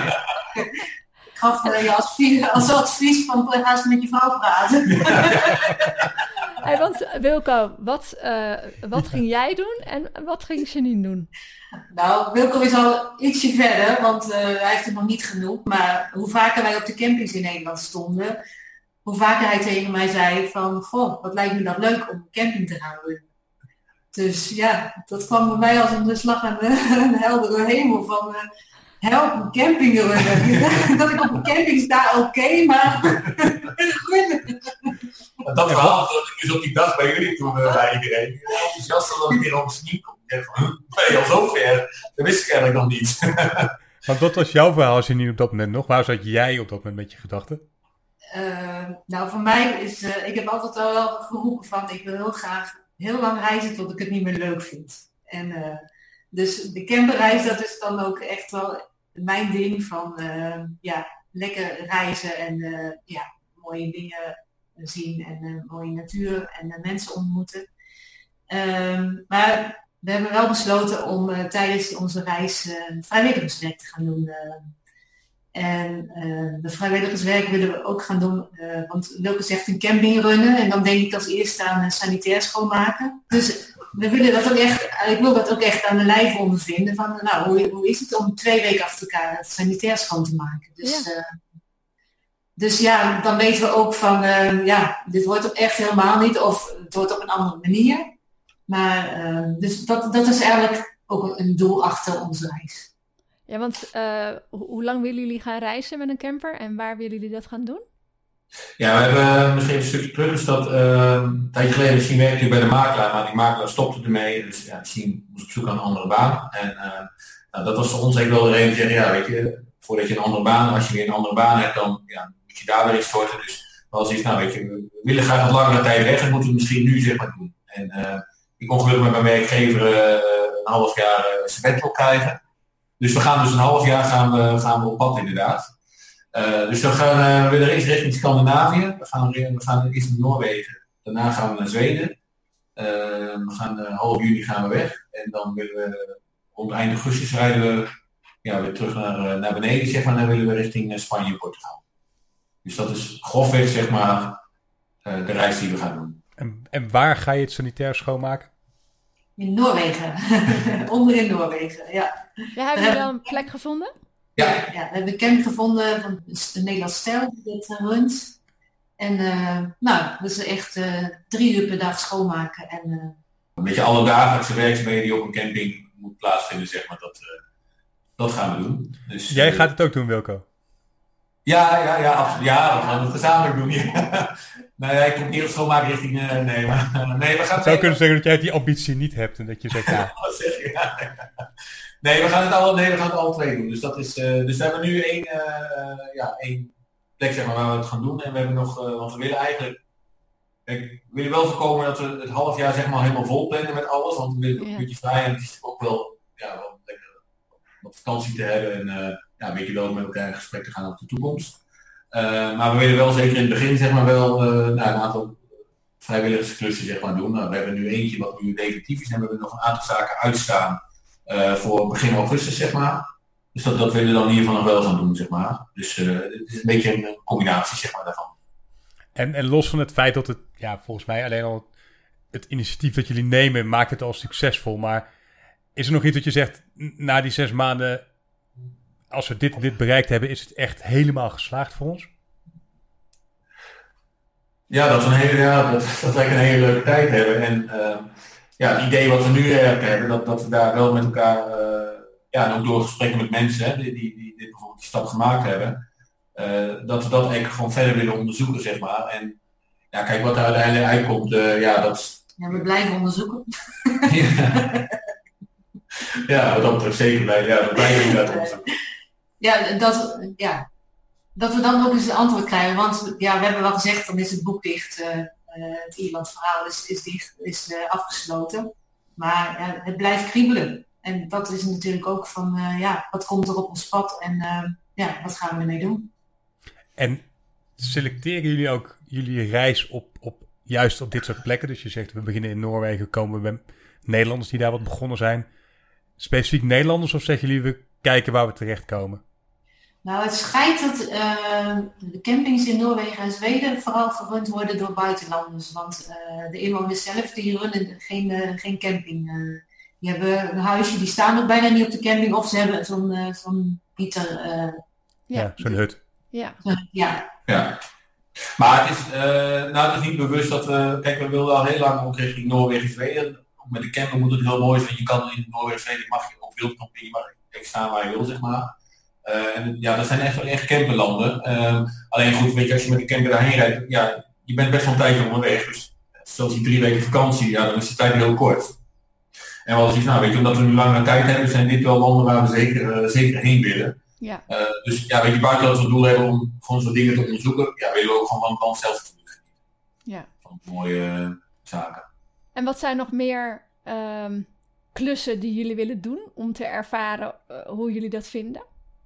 ik gaf uh, je advies, als advies van ga eens met je vrouw praten. Hey, want Wilco, wat, uh, wat ging jij doen en wat ging Janine doen? Nou, Wilco is al ietsje verder, want uh, hij heeft het nog niet genoemd. Maar hoe vaker wij op de campings in Nederland stonden, hoe vaker hij tegen mij zei van, goh, wat lijkt me dat leuk om een camping te gaan runnen. Dus ja, dat kwam bij mij als een slag aan de, een heldere hemel van, uh, help, een camping runnen. Dat ik op een camping sta, oké, okay, maar runnen. Dat verhaal dat ik dus op die dag bij jullie toen uh, bij iedereen. Enthousiast dat ik weer over sneak kom. Ik dacht van, ben je al zo ver? Dat wist ik eigenlijk nog niet. Want wat was jouw verhaal als je niet op dat moment nog? Waar zat jij op dat moment met je gedachten? Uh, nou, voor mij is, uh, ik heb altijd al wel geroepen van, ik wil heel graag heel lang reizen tot ik het niet meer leuk vind. En uh, dus de camperreis, dat is dan ook echt wel mijn ding van, uh, ja, lekker reizen en uh, ja, mooie dingen zien en uh, mooie natuur en uh, mensen ontmoeten. Um, maar we hebben wel besloten om uh, tijdens onze reis uh, vrijwilligerswerk te gaan doen. Uh, en uh, de vrijwilligerswerk willen we ook gaan doen, uh, want Wilco zegt een camping runnen en dan denk ik als eerste aan uh, sanitair schoonmaken. Dus we willen dat ook echt, ik wil dat ook echt aan de lijf ondervinden van, nou, hoe, hoe is het om twee weken achter elkaar het sanitair schoon te maken. Dus ja. Uh, Dus ja, dan weten we ook van, uh, ja, dit wordt ook echt helemaal niet, of het wordt op een andere manier. Maar uh, dus dat, dat is eigenlijk ook een doel achter onze reis. Ja, want uh, hoe lang willen jullie gaan reizen met een camper en waar willen jullie dat gaan doen? Ja, we hebben misschien een stukje terug, dus dat uh, een tijdje geleden misschien werkte bij de makelaar, maar die makelaar stopte ermee. Dus ja, misschien moest op zoek naar een andere baan. En uh, nou, dat was voor ons eigenlijk wel de reden te zeggen, ja, weet je, voordat je een andere baan, als je weer een andere baan hebt, dan ja, moet je daar weer iets storten. Dus als iets, nou weet je, we willen graag een langere tijd weg en moeten we misschien nu zeg maar doen. En uh, ik kon gelukkig met mijn werkgever uh, een half jaar uh, sabbatical krijgen. Dus we gaan dus een half jaar gaan we, gaan we op pad inderdaad. Uh, dus dan gaan uh, we er eerst richting Scandinavië. We gaan, we gaan eerst naar Noorwegen. Daarna gaan we naar Zweden. Uh, we gaan uh, half juni gaan we weg. En dan willen we rond eind augustus rijden we ja, weer terug naar, uh, naar beneden, zeg maar. En dan willen we richting uh, Spanje en Portugal. Dus dat is grofweg, zeg maar, uh, de reis die we gaan doen. En, en waar ga je het sanitair schoonmaken? In Noorwegen. Onder in Noorwegen, ja. Ja, hebben jullie wel een plek gevonden? Ja, ja, we hebben een camp gevonden van de Nederlandse Stijl die dit runt. En uh, nou, dat is echt uh, drie uur per dag schoonmaken. En, uh... een beetje alle dagelijkse werkzaamheden die op een camping moet plaatsvinden, zeg maar, dat, uh, dat gaan we doen. Dus, Jij uh, gaat het ook doen, Wilco? Ja, ja, ja, absoluut. Ja, we gaan het gezamenlijk doen. Ja. Nou ja, ik kom niet op schoonmaken richting... Uh, nee, maar... Uh, nee, we gaan het zou kunnen zeggen dat jij die ambitie niet hebt en dat je zegt, ja... Wat zeg je? Ja, ja. Nee, we gaan het alle, nee, we gaan het alle twee doen. Dus, dat is, uh, dus we hebben nu één, uh, ja, één plek, zeg maar, waar we het gaan doen. En we hebben nog... Uh, want we willen eigenlijk... Kijk, we willen wel voorkomen dat we het half jaar, zeg maar, helemaal vol plannen met alles. Want we willen ook een beetje vrij. En het is ook wel... Ja, wel lekker wat vakantie te hebben. En uh, ja, een beetje wel met elkaar in gesprek te gaan over de toekomst. Uh, maar we willen wel zeker in het begin, zeg maar, wel uh, nou, een aantal vrijwilligersklussen, zeg maar, doen. Nou, we hebben nu eentje wat nu definitief is en we hebben nog een aantal zaken uitstaan uh, voor begin augustus, zeg maar. Dus dat, dat willen we dan in ieder geval nog wel gaan doen, zeg maar. Dus uh, het is een beetje een combinatie, zeg maar, daarvan. En, en los van het feit dat het, ja, volgens mij alleen al het initiatief dat jullie nemen maakt het al succesvol. Maar is er nog iets dat je zegt, na die zes maanden, als we dit dit bereikt hebben, is het echt helemaal geslaagd voor ons? Ja, dat we een hele, ja, dat, dat we een hele leuke tijd hebben. En uh, ja, het idee wat we nu hebben, dat, dat we daar wel met elkaar uh, ja, en ook door gesprekken met mensen hè, die, die, die, die bijvoorbeeld die stap gemaakt hebben, uh, dat we dat eigenlijk gewoon verder willen onderzoeken, zeg maar. En ja, kijk, wat er uiteindelijk uitkomt, uh, ja, dat... Ja, we blijven onderzoeken. ja. ja, wat dat betreft zeker blijven, ja, dat blijven we inderdaad onderzoeken. Ja, dat, ja, dat we dan ook eens een antwoord krijgen, want ja, we hebben wel gezegd, dan is het boek dicht, uh, uh, het Ierland-verhaal is, is dicht, is uh, afgesloten, maar uh, het blijft kriebelen. En dat is natuurlijk ook van, uh, ja, wat komt er op ons pad en uh, ja, wat gaan we ermee doen? En selecteren jullie ook jullie reis op, op juist op dit soort plekken? Dus je zegt, we beginnen in Noorwegen, komen we bij Nederlanders die daar wat begonnen zijn. Specifiek Nederlanders of zeggen jullie, we kijken waar we terechtkomen? Nou, het schijnt dat uh, de campings in Noorwegen en Zweden vooral gerund worden door buitenlanders. Want uh, de inwoners zelf, die runnen geen, uh, geen camping. Uh, die hebben een huisje, die staan ook bijna niet op de camping. Of ze hebben zo'n uh, zo'n Pieter... Uh, ja, ja, zo'n hut. Ja. ja. ja. Maar het is, uh, nou, het is niet bewust dat we... Kijk, we wilden al heel lang ook richting Noorwegen en Zweden. Met de camping moet het heel mooi zijn. Je kan in Noorwegen en Zweden mag je ook wildkamping, je mag je staan waar je wil, zeg maar. Uh, en ja, dat zijn echt wel echt camperlanden. Uh, alleen goed, weet je, als je met de camper daarheen rijdt, ja, je bent best wel een tijdje onderweg. Dus zoals die drie weken vakantie, ja, dan is de tijd heel kort. En we hadden zoiets, nou weet je, omdat we nu langere tijd hebben, zijn dit wel landen waar we zeker, uh, zeker heen willen. Ja. Uh, dus ja, weet je, buiten dat we het doel hebben om gewoon zo'n dingen te onderzoeken, ja, willen we ook gewoon van het land zelf te doen. Ja. Van mooie uh, zaken. En wat zijn nog meer um, klussen die jullie willen doen om te ervaren uh, hoe jullie dat vinden?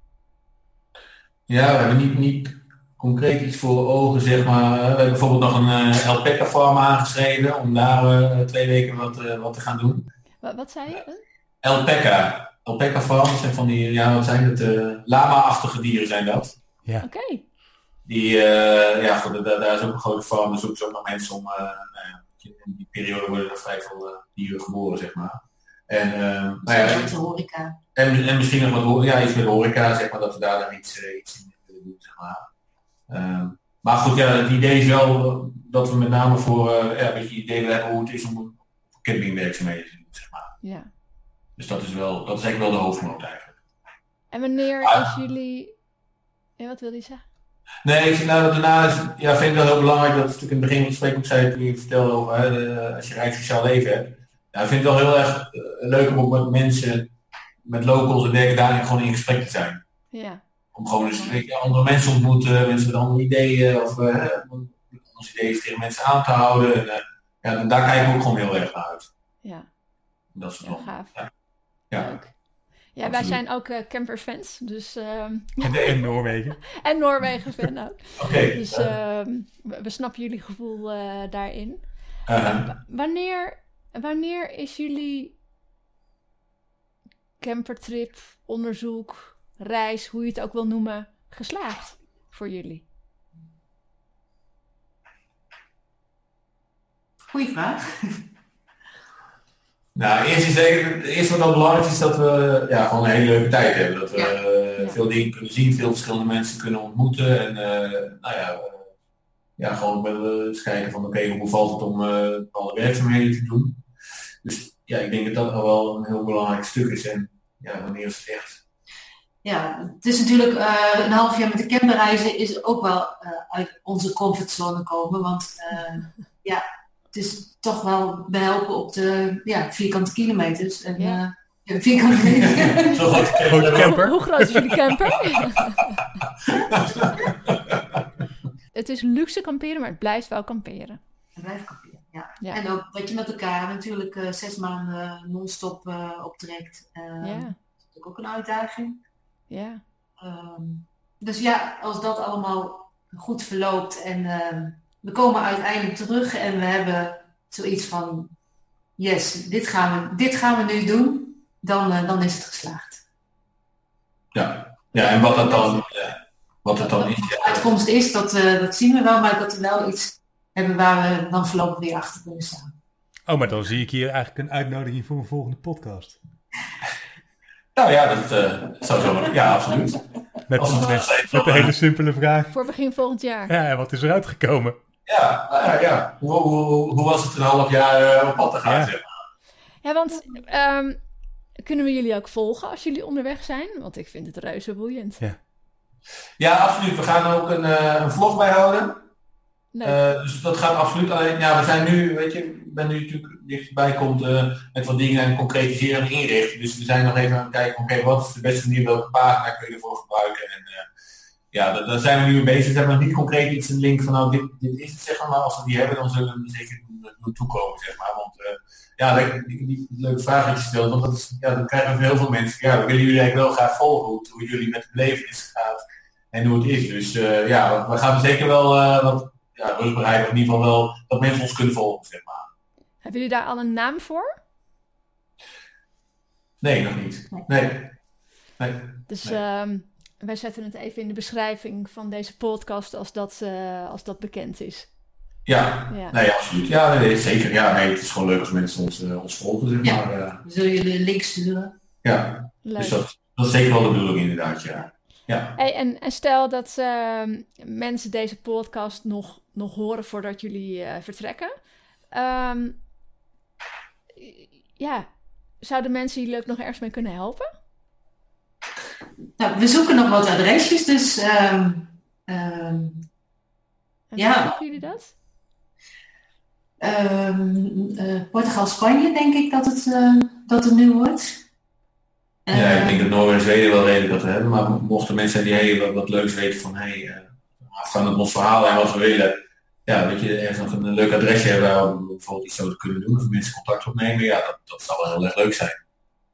Ja, we hebben niet, niet concreet iets voor ogen, zeg maar. We hebben bijvoorbeeld nog een uh, alpaca farm aangeschreven om daar uh, twee weken wat, uh, wat te gaan doen. Wat, wat zei je? Alpaca. Alpaca farm zijn van die, ja, wat zijn het, uh, lama-achtige dieren zijn dat. Ja. Oké. Okay. Die, uh, ja, voor de, daar is ook een grote farm, dus zoeken ze ook nog mensen om, uh, nou ja, in die periode worden er vrij veel uh, dieren geboren, zeg maar. En, uh, nou ja, en, de horeca. En, en misschien nog wat, ja, iets met horeca, zeg maar, dat we daar dan iets, uh, iets in willen doen, zeg maar. Uh, maar goed, ja, het idee is wel dat we met name voor, uh, ja, een beetje idee hebben hoe het is om campingwerkzaamheden te doen, zeg maar. Ja. Dus dat is wel, dat is eigenlijk wel de hoofdmoot eigenlijk. En wanneer ah, is jullie... Ja, wat wilde je zeggen? Nee, ik, nou, daarna is, ja, vind ik wel heel belangrijk, dat is natuurlijk in het begin van het gesprek ook zei, toen je vertelde over, hè, de, als je rijk sociaal leven hebt. Ja, ik vind het wel heel erg uh, leuk om ook met mensen, met locals en dergelijke daarin gewoon in gesprek te zijn. Ja. Om gewoon eens weet je, andere mensen ontmoeten, mensen met andere ideeën of uh, onze ideeën tegen mensen aan te houden. En, uh, ja, daar kijken we ook gewoon heel erg naar uit. Ja. Dat is heel gaaf. Ja. Ja. Leuk. Ja, wij zijn ook uh, camperfans, dus... Um... En Noorwegen. en Noorwegen fan ook. Oké. Okay. Dus uh, we, we snappen jullie gevoel uh, daarin. Uh-huh. W- wanneer, wanneer is jullie campertrip, onderzoek, reis, hoe je het ook wil noemen, geslaagd voor jullie? Goeie vraag. Nou, eerst is het eerste wat dan belangrijk is dat we ja, gewoon een hele leuke tijd hebben. Dat we ja. uh, veel dingen kunnen zien, veel verschillende mensen kunnen ontmoeten. En uh, nou ja, uh, ja, gewoon wel eens kijken van oké, okay, hoe bevalt het om uh, alle werkzaamheden te doen. Dus ja, ik denk dat dat wel een heel belangrijk stuk is. En ja, wanneer is het echt? Ja, het is natuurlijk uh, een half jaar met de camperreizen is ook wel uh, uit onze comfortzone komen. Want uh, ja, het is toch wel behelpen op de ja, vierkante kilometers. En, ja. uh, vierkante meter. Zo groot grote camper. Hoe groot is jullie camper? Het is luxe kamperen, maar het blijft wel kamperen. Het blijft kamperen, ja. ja. En ook dat je met elkaar natuurlijk uh, zes maanden non-stop uh, optrekt. Uh, ja. Dat is ook een uitdaging. Ja. Um, dus ja, als dat allemaal goed verloopt en uh, we komen uiteindelijk terug en we hebben zoiets van yes, dit gaan we, dit gaan we nu doen, dan, uh, dan is het geslaagd. Ja, ja en wat dat dan, ja, wat het dan is. De uitkomst is, dat, uh, dat zien we wel, maar dat we wel iets hebben waar we dan voorlopig weer achter kunnen staan. Oh, maar dan zie ik hier eigenlijk een uitnodiging voor een volgende podcast. Nou ja, dat uh, zou zo maar. Ja, absoluut. Met, met, met, met een hele simpele vraag. Voor begin volgend jaar. Ja, en wat is eruit gekomen? Ja, nou ja, ja. Hoe, hoe, hoe was het een half jaar uh, op pad te gaan, ja. zeg maar? Ja, want um, Kunnen we jullie ook volgen als jullie onderweg zijn? Want ik vind het reuze boeiend. Ja, Ja, absoluut. We gaan er ook een, uh, een vlog bij houden. Uh, dus dat gaat absoluut. Alleen, ja, we zijn nu, weet je, ik ben nu natuurlijk dichterbij komt uh, met wat dingen en concretiseren en inrichten. Dus we zijn nog even aan het kijken, oké, okay, wat is de beste manier, welke pagina kun je ervoor gebruiken? En uh, ja, daar, daar zijn we nu mee bezig. We hebben nog niet concreet iets een link van, nou, dit, dit is het, zeg maar. Maar als we die hebben, dan zullen we er zeker doen toekomen, zeg maar. Want uh, ja, dat, die, die leuke vraag dat je stelt, want dat is, ja, dan krijgen we heel veel mensen. Ja, we willen jullie eigenlijk wel graag volgen hoe, hoe jullie met de belevenis gaat en hoe het is. Dus uh, ja, we gaan zeker wel uh, wat ja, rugbereiden, in ieder geval wel dat mensen ons kunnen volgen, zeg maar. Hebben jullie daar al een naam voor? Nee, nog niet. Nee. nee. Dus nee. Um, wij zetten het even in de beschrijving van deze podcast als dat, uh, als dat bekend is. Ja, ja. Nee, absoluut. Ja, nee, zeker. Ja, nee, het is gewoon leuk als mensen ons, uh, ons volgen, zeg ja. maar. Uh, we zullen je de link sturen. Ja, leuk. Dus dat, dat is zeker wel de bedoeling inderdaad, ja. Ja. Hey, en, en stel dat uh, mensen deze podcast nog, nog horen voordat jullie uh, vertrekken. Um, ja, zouden mensen jullie ook nog ergens mee kunnen helpen? Nou, we zoeken nog wat adresjes, dus um, um, en ja. Hoe zoeken jullie dat? Um, uh, Portugal, Spanje, denk ik dat het, uh, dat het nu wordt. Ja, uh, ik denk dat Noorwegen en Zweden wel redelijk dat we hebben, maar mochten mensen die hey, wat, wat leuks weten van hey, uh, afgaan op ons verhaal en wat we willen, ja, weet je, ergens nog een leuk adresje hebben waar we bijvoorbeeld iets zouden kunnen doen, of mensen contact opnemen, ja, dat, dat zou wel heel erg leuk zijn.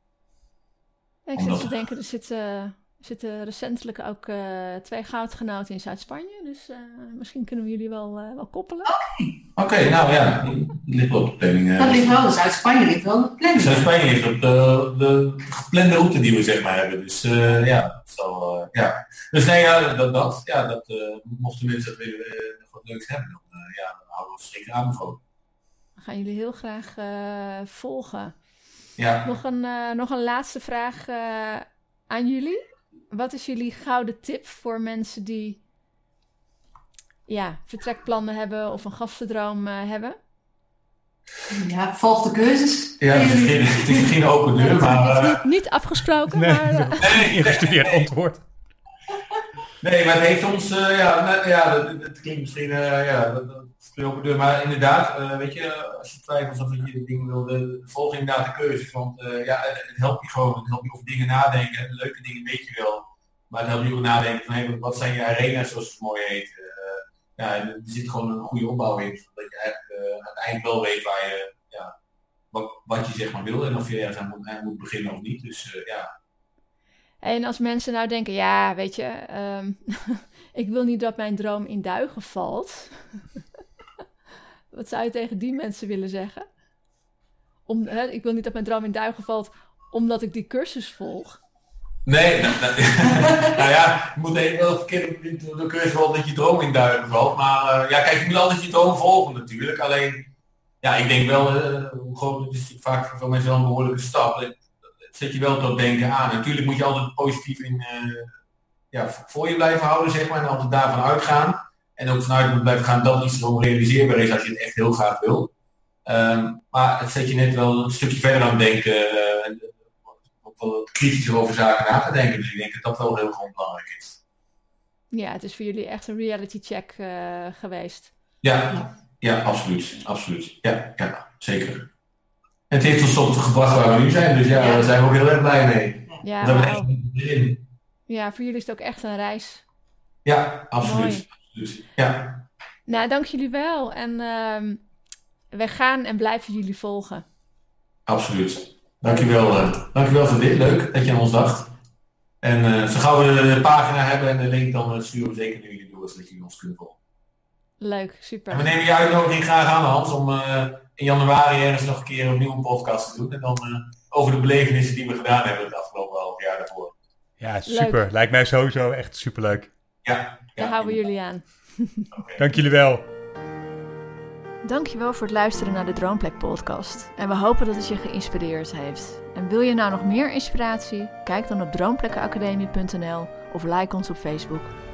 Ja, ik zit te denken, er zitten, er zitten recentelijk ook uh, twee goudgenoten in Zuid-Spanje, dus uh, misschien kunnen we jullie wel, uh, wel koppelen. Oké, okay, nou ja, dat ligt wel op de planning. Uh, dat ligt wel, dus Zuid-Spanje ligt wel op de planning. Zuid-Spanje ligt op de, de geplande route die we zeg maar hebben, dus uh, ja, dat zal, uh, ja. Dus nee, ja, dat, dat, ja, dat uh, mochten mensen dat willen, uh, nog wat leuks hebben, dan, uh, ja, dan houden we ons zeker aanbevolen. We gaan jullie heel graag uh, volgen. Ja. Nog een, uh, nog een laatste vraag uh, aan jullie. Wat is jullie gouden tip voor mensen die ja, vertrekplannen hebben of een gastendroom uh, hebben? Ja, volg de cursus. Ja, het is geen, het is geen open deur, maar... Het is niet, niet afgesproken, nee, maar... Uh, nee, ingestudeerd antwoord. Nee, maar het heeft ons... Uh, ja, nou, ja, het, het klinkt misschien... Uh, ja, dat, dat is geen open deur, maar inderdaad, uh, weet je, als je twijfelt of je dingen wil, de, volg inderdaad de keuzes. Want uh, ja, het, het helpt je gewoon, het helpt je over dingen nadenken. De leuke dingen weet je wel. Maar het helpt je ook nadenken van, hey, wat zijn je arena's, zoals het mooi heet. Uh, ja, er zit gewoon een goede opbouw in, zodat je eigenlijk uh, uiteindelijk wel weet waar je, ja, wat, wat je zeg maar wil en of je ergens aan moet, aan moet beginnen of niet. Dus uh, ja. En als mensen nou denken, ja, weet je, um, ik wil niet dat mijn droom in duigen valt. Wat zou je tegen die mensen willen zeggen? Om, hè, ik wil niet dat mijn droom in duigen valt, omdat ik die cursus volg. Nee, nou, nou, nou ja, je moet even wel verkeerd de cursus wel dat je droom in duigen valt. Maar uh, ja, kijk, je moet altijd je droom volgen natuurlijk. Alleen, ja, ik denk wel, uh, hoe groot het is vaak voor mensen wel een behoorlijke stap. Dat zet je wel tot denken aan. Natuurlijk moet je altijd positief in, uh, ja, voor je blijven houden, zeg maar, en altijd daarvan uitgaan. En ook vanuit moet blijven gaan dat iets onrealiseerbaar is als je het echt heel graag wil. Um, maar het zet je net wel een stukje verder aan het denken. Uh, ook wel kritischer over zaken na te denken. Dus ik denk dat dat wel heel gewoon belangrijk is. Ja, het is voor jullie echt een reality check uh, geweest. Ja, ja, absoluut. absoluut. Ja, ja, zeker. En het heeft ons tot gebracht waar we nu zijn. Dus ja, ja. Daar zijn we ook heel erg blij mee. Ja, dat wow. we echt ja, voor jullie is het ook echt een reis. Ja, absoluut. absoluut. Ja. Nou, dank jullie wel. En uh, wij gaan en blijven jullie volgen. Absoluut. Dankjewel, uh, dankjewel voor dit. Leuk dat je aan ons dacht. En uh, zo gauw we de pagina hebben en de link, dan uh, sturen we zeker naar jullie door, zodat jullie ons kunnen volgen. Leuk, super. En we nemen je uitnodiging graag aan, Hans, om uh, in januari ergens nog een keer opnieuw een podcast te doen. En dan uh, over de belevenissen die we gedaan hebben het afgelopen half jaar daarvoor. Ja, super. Leuk. Lijkt mij sowieso echt superleuk. Ja. ja Daar houden we jullie aan. Okay. Dank jullie wel. Dankjewel voor het luisteren naar de Droomplek podcast. En we hopen dat het je geïnspireerd heeft. En wil je nou nog meer inspiratie? Kijk dan op droomplekkenacademie punt n l of like ons op Facebook.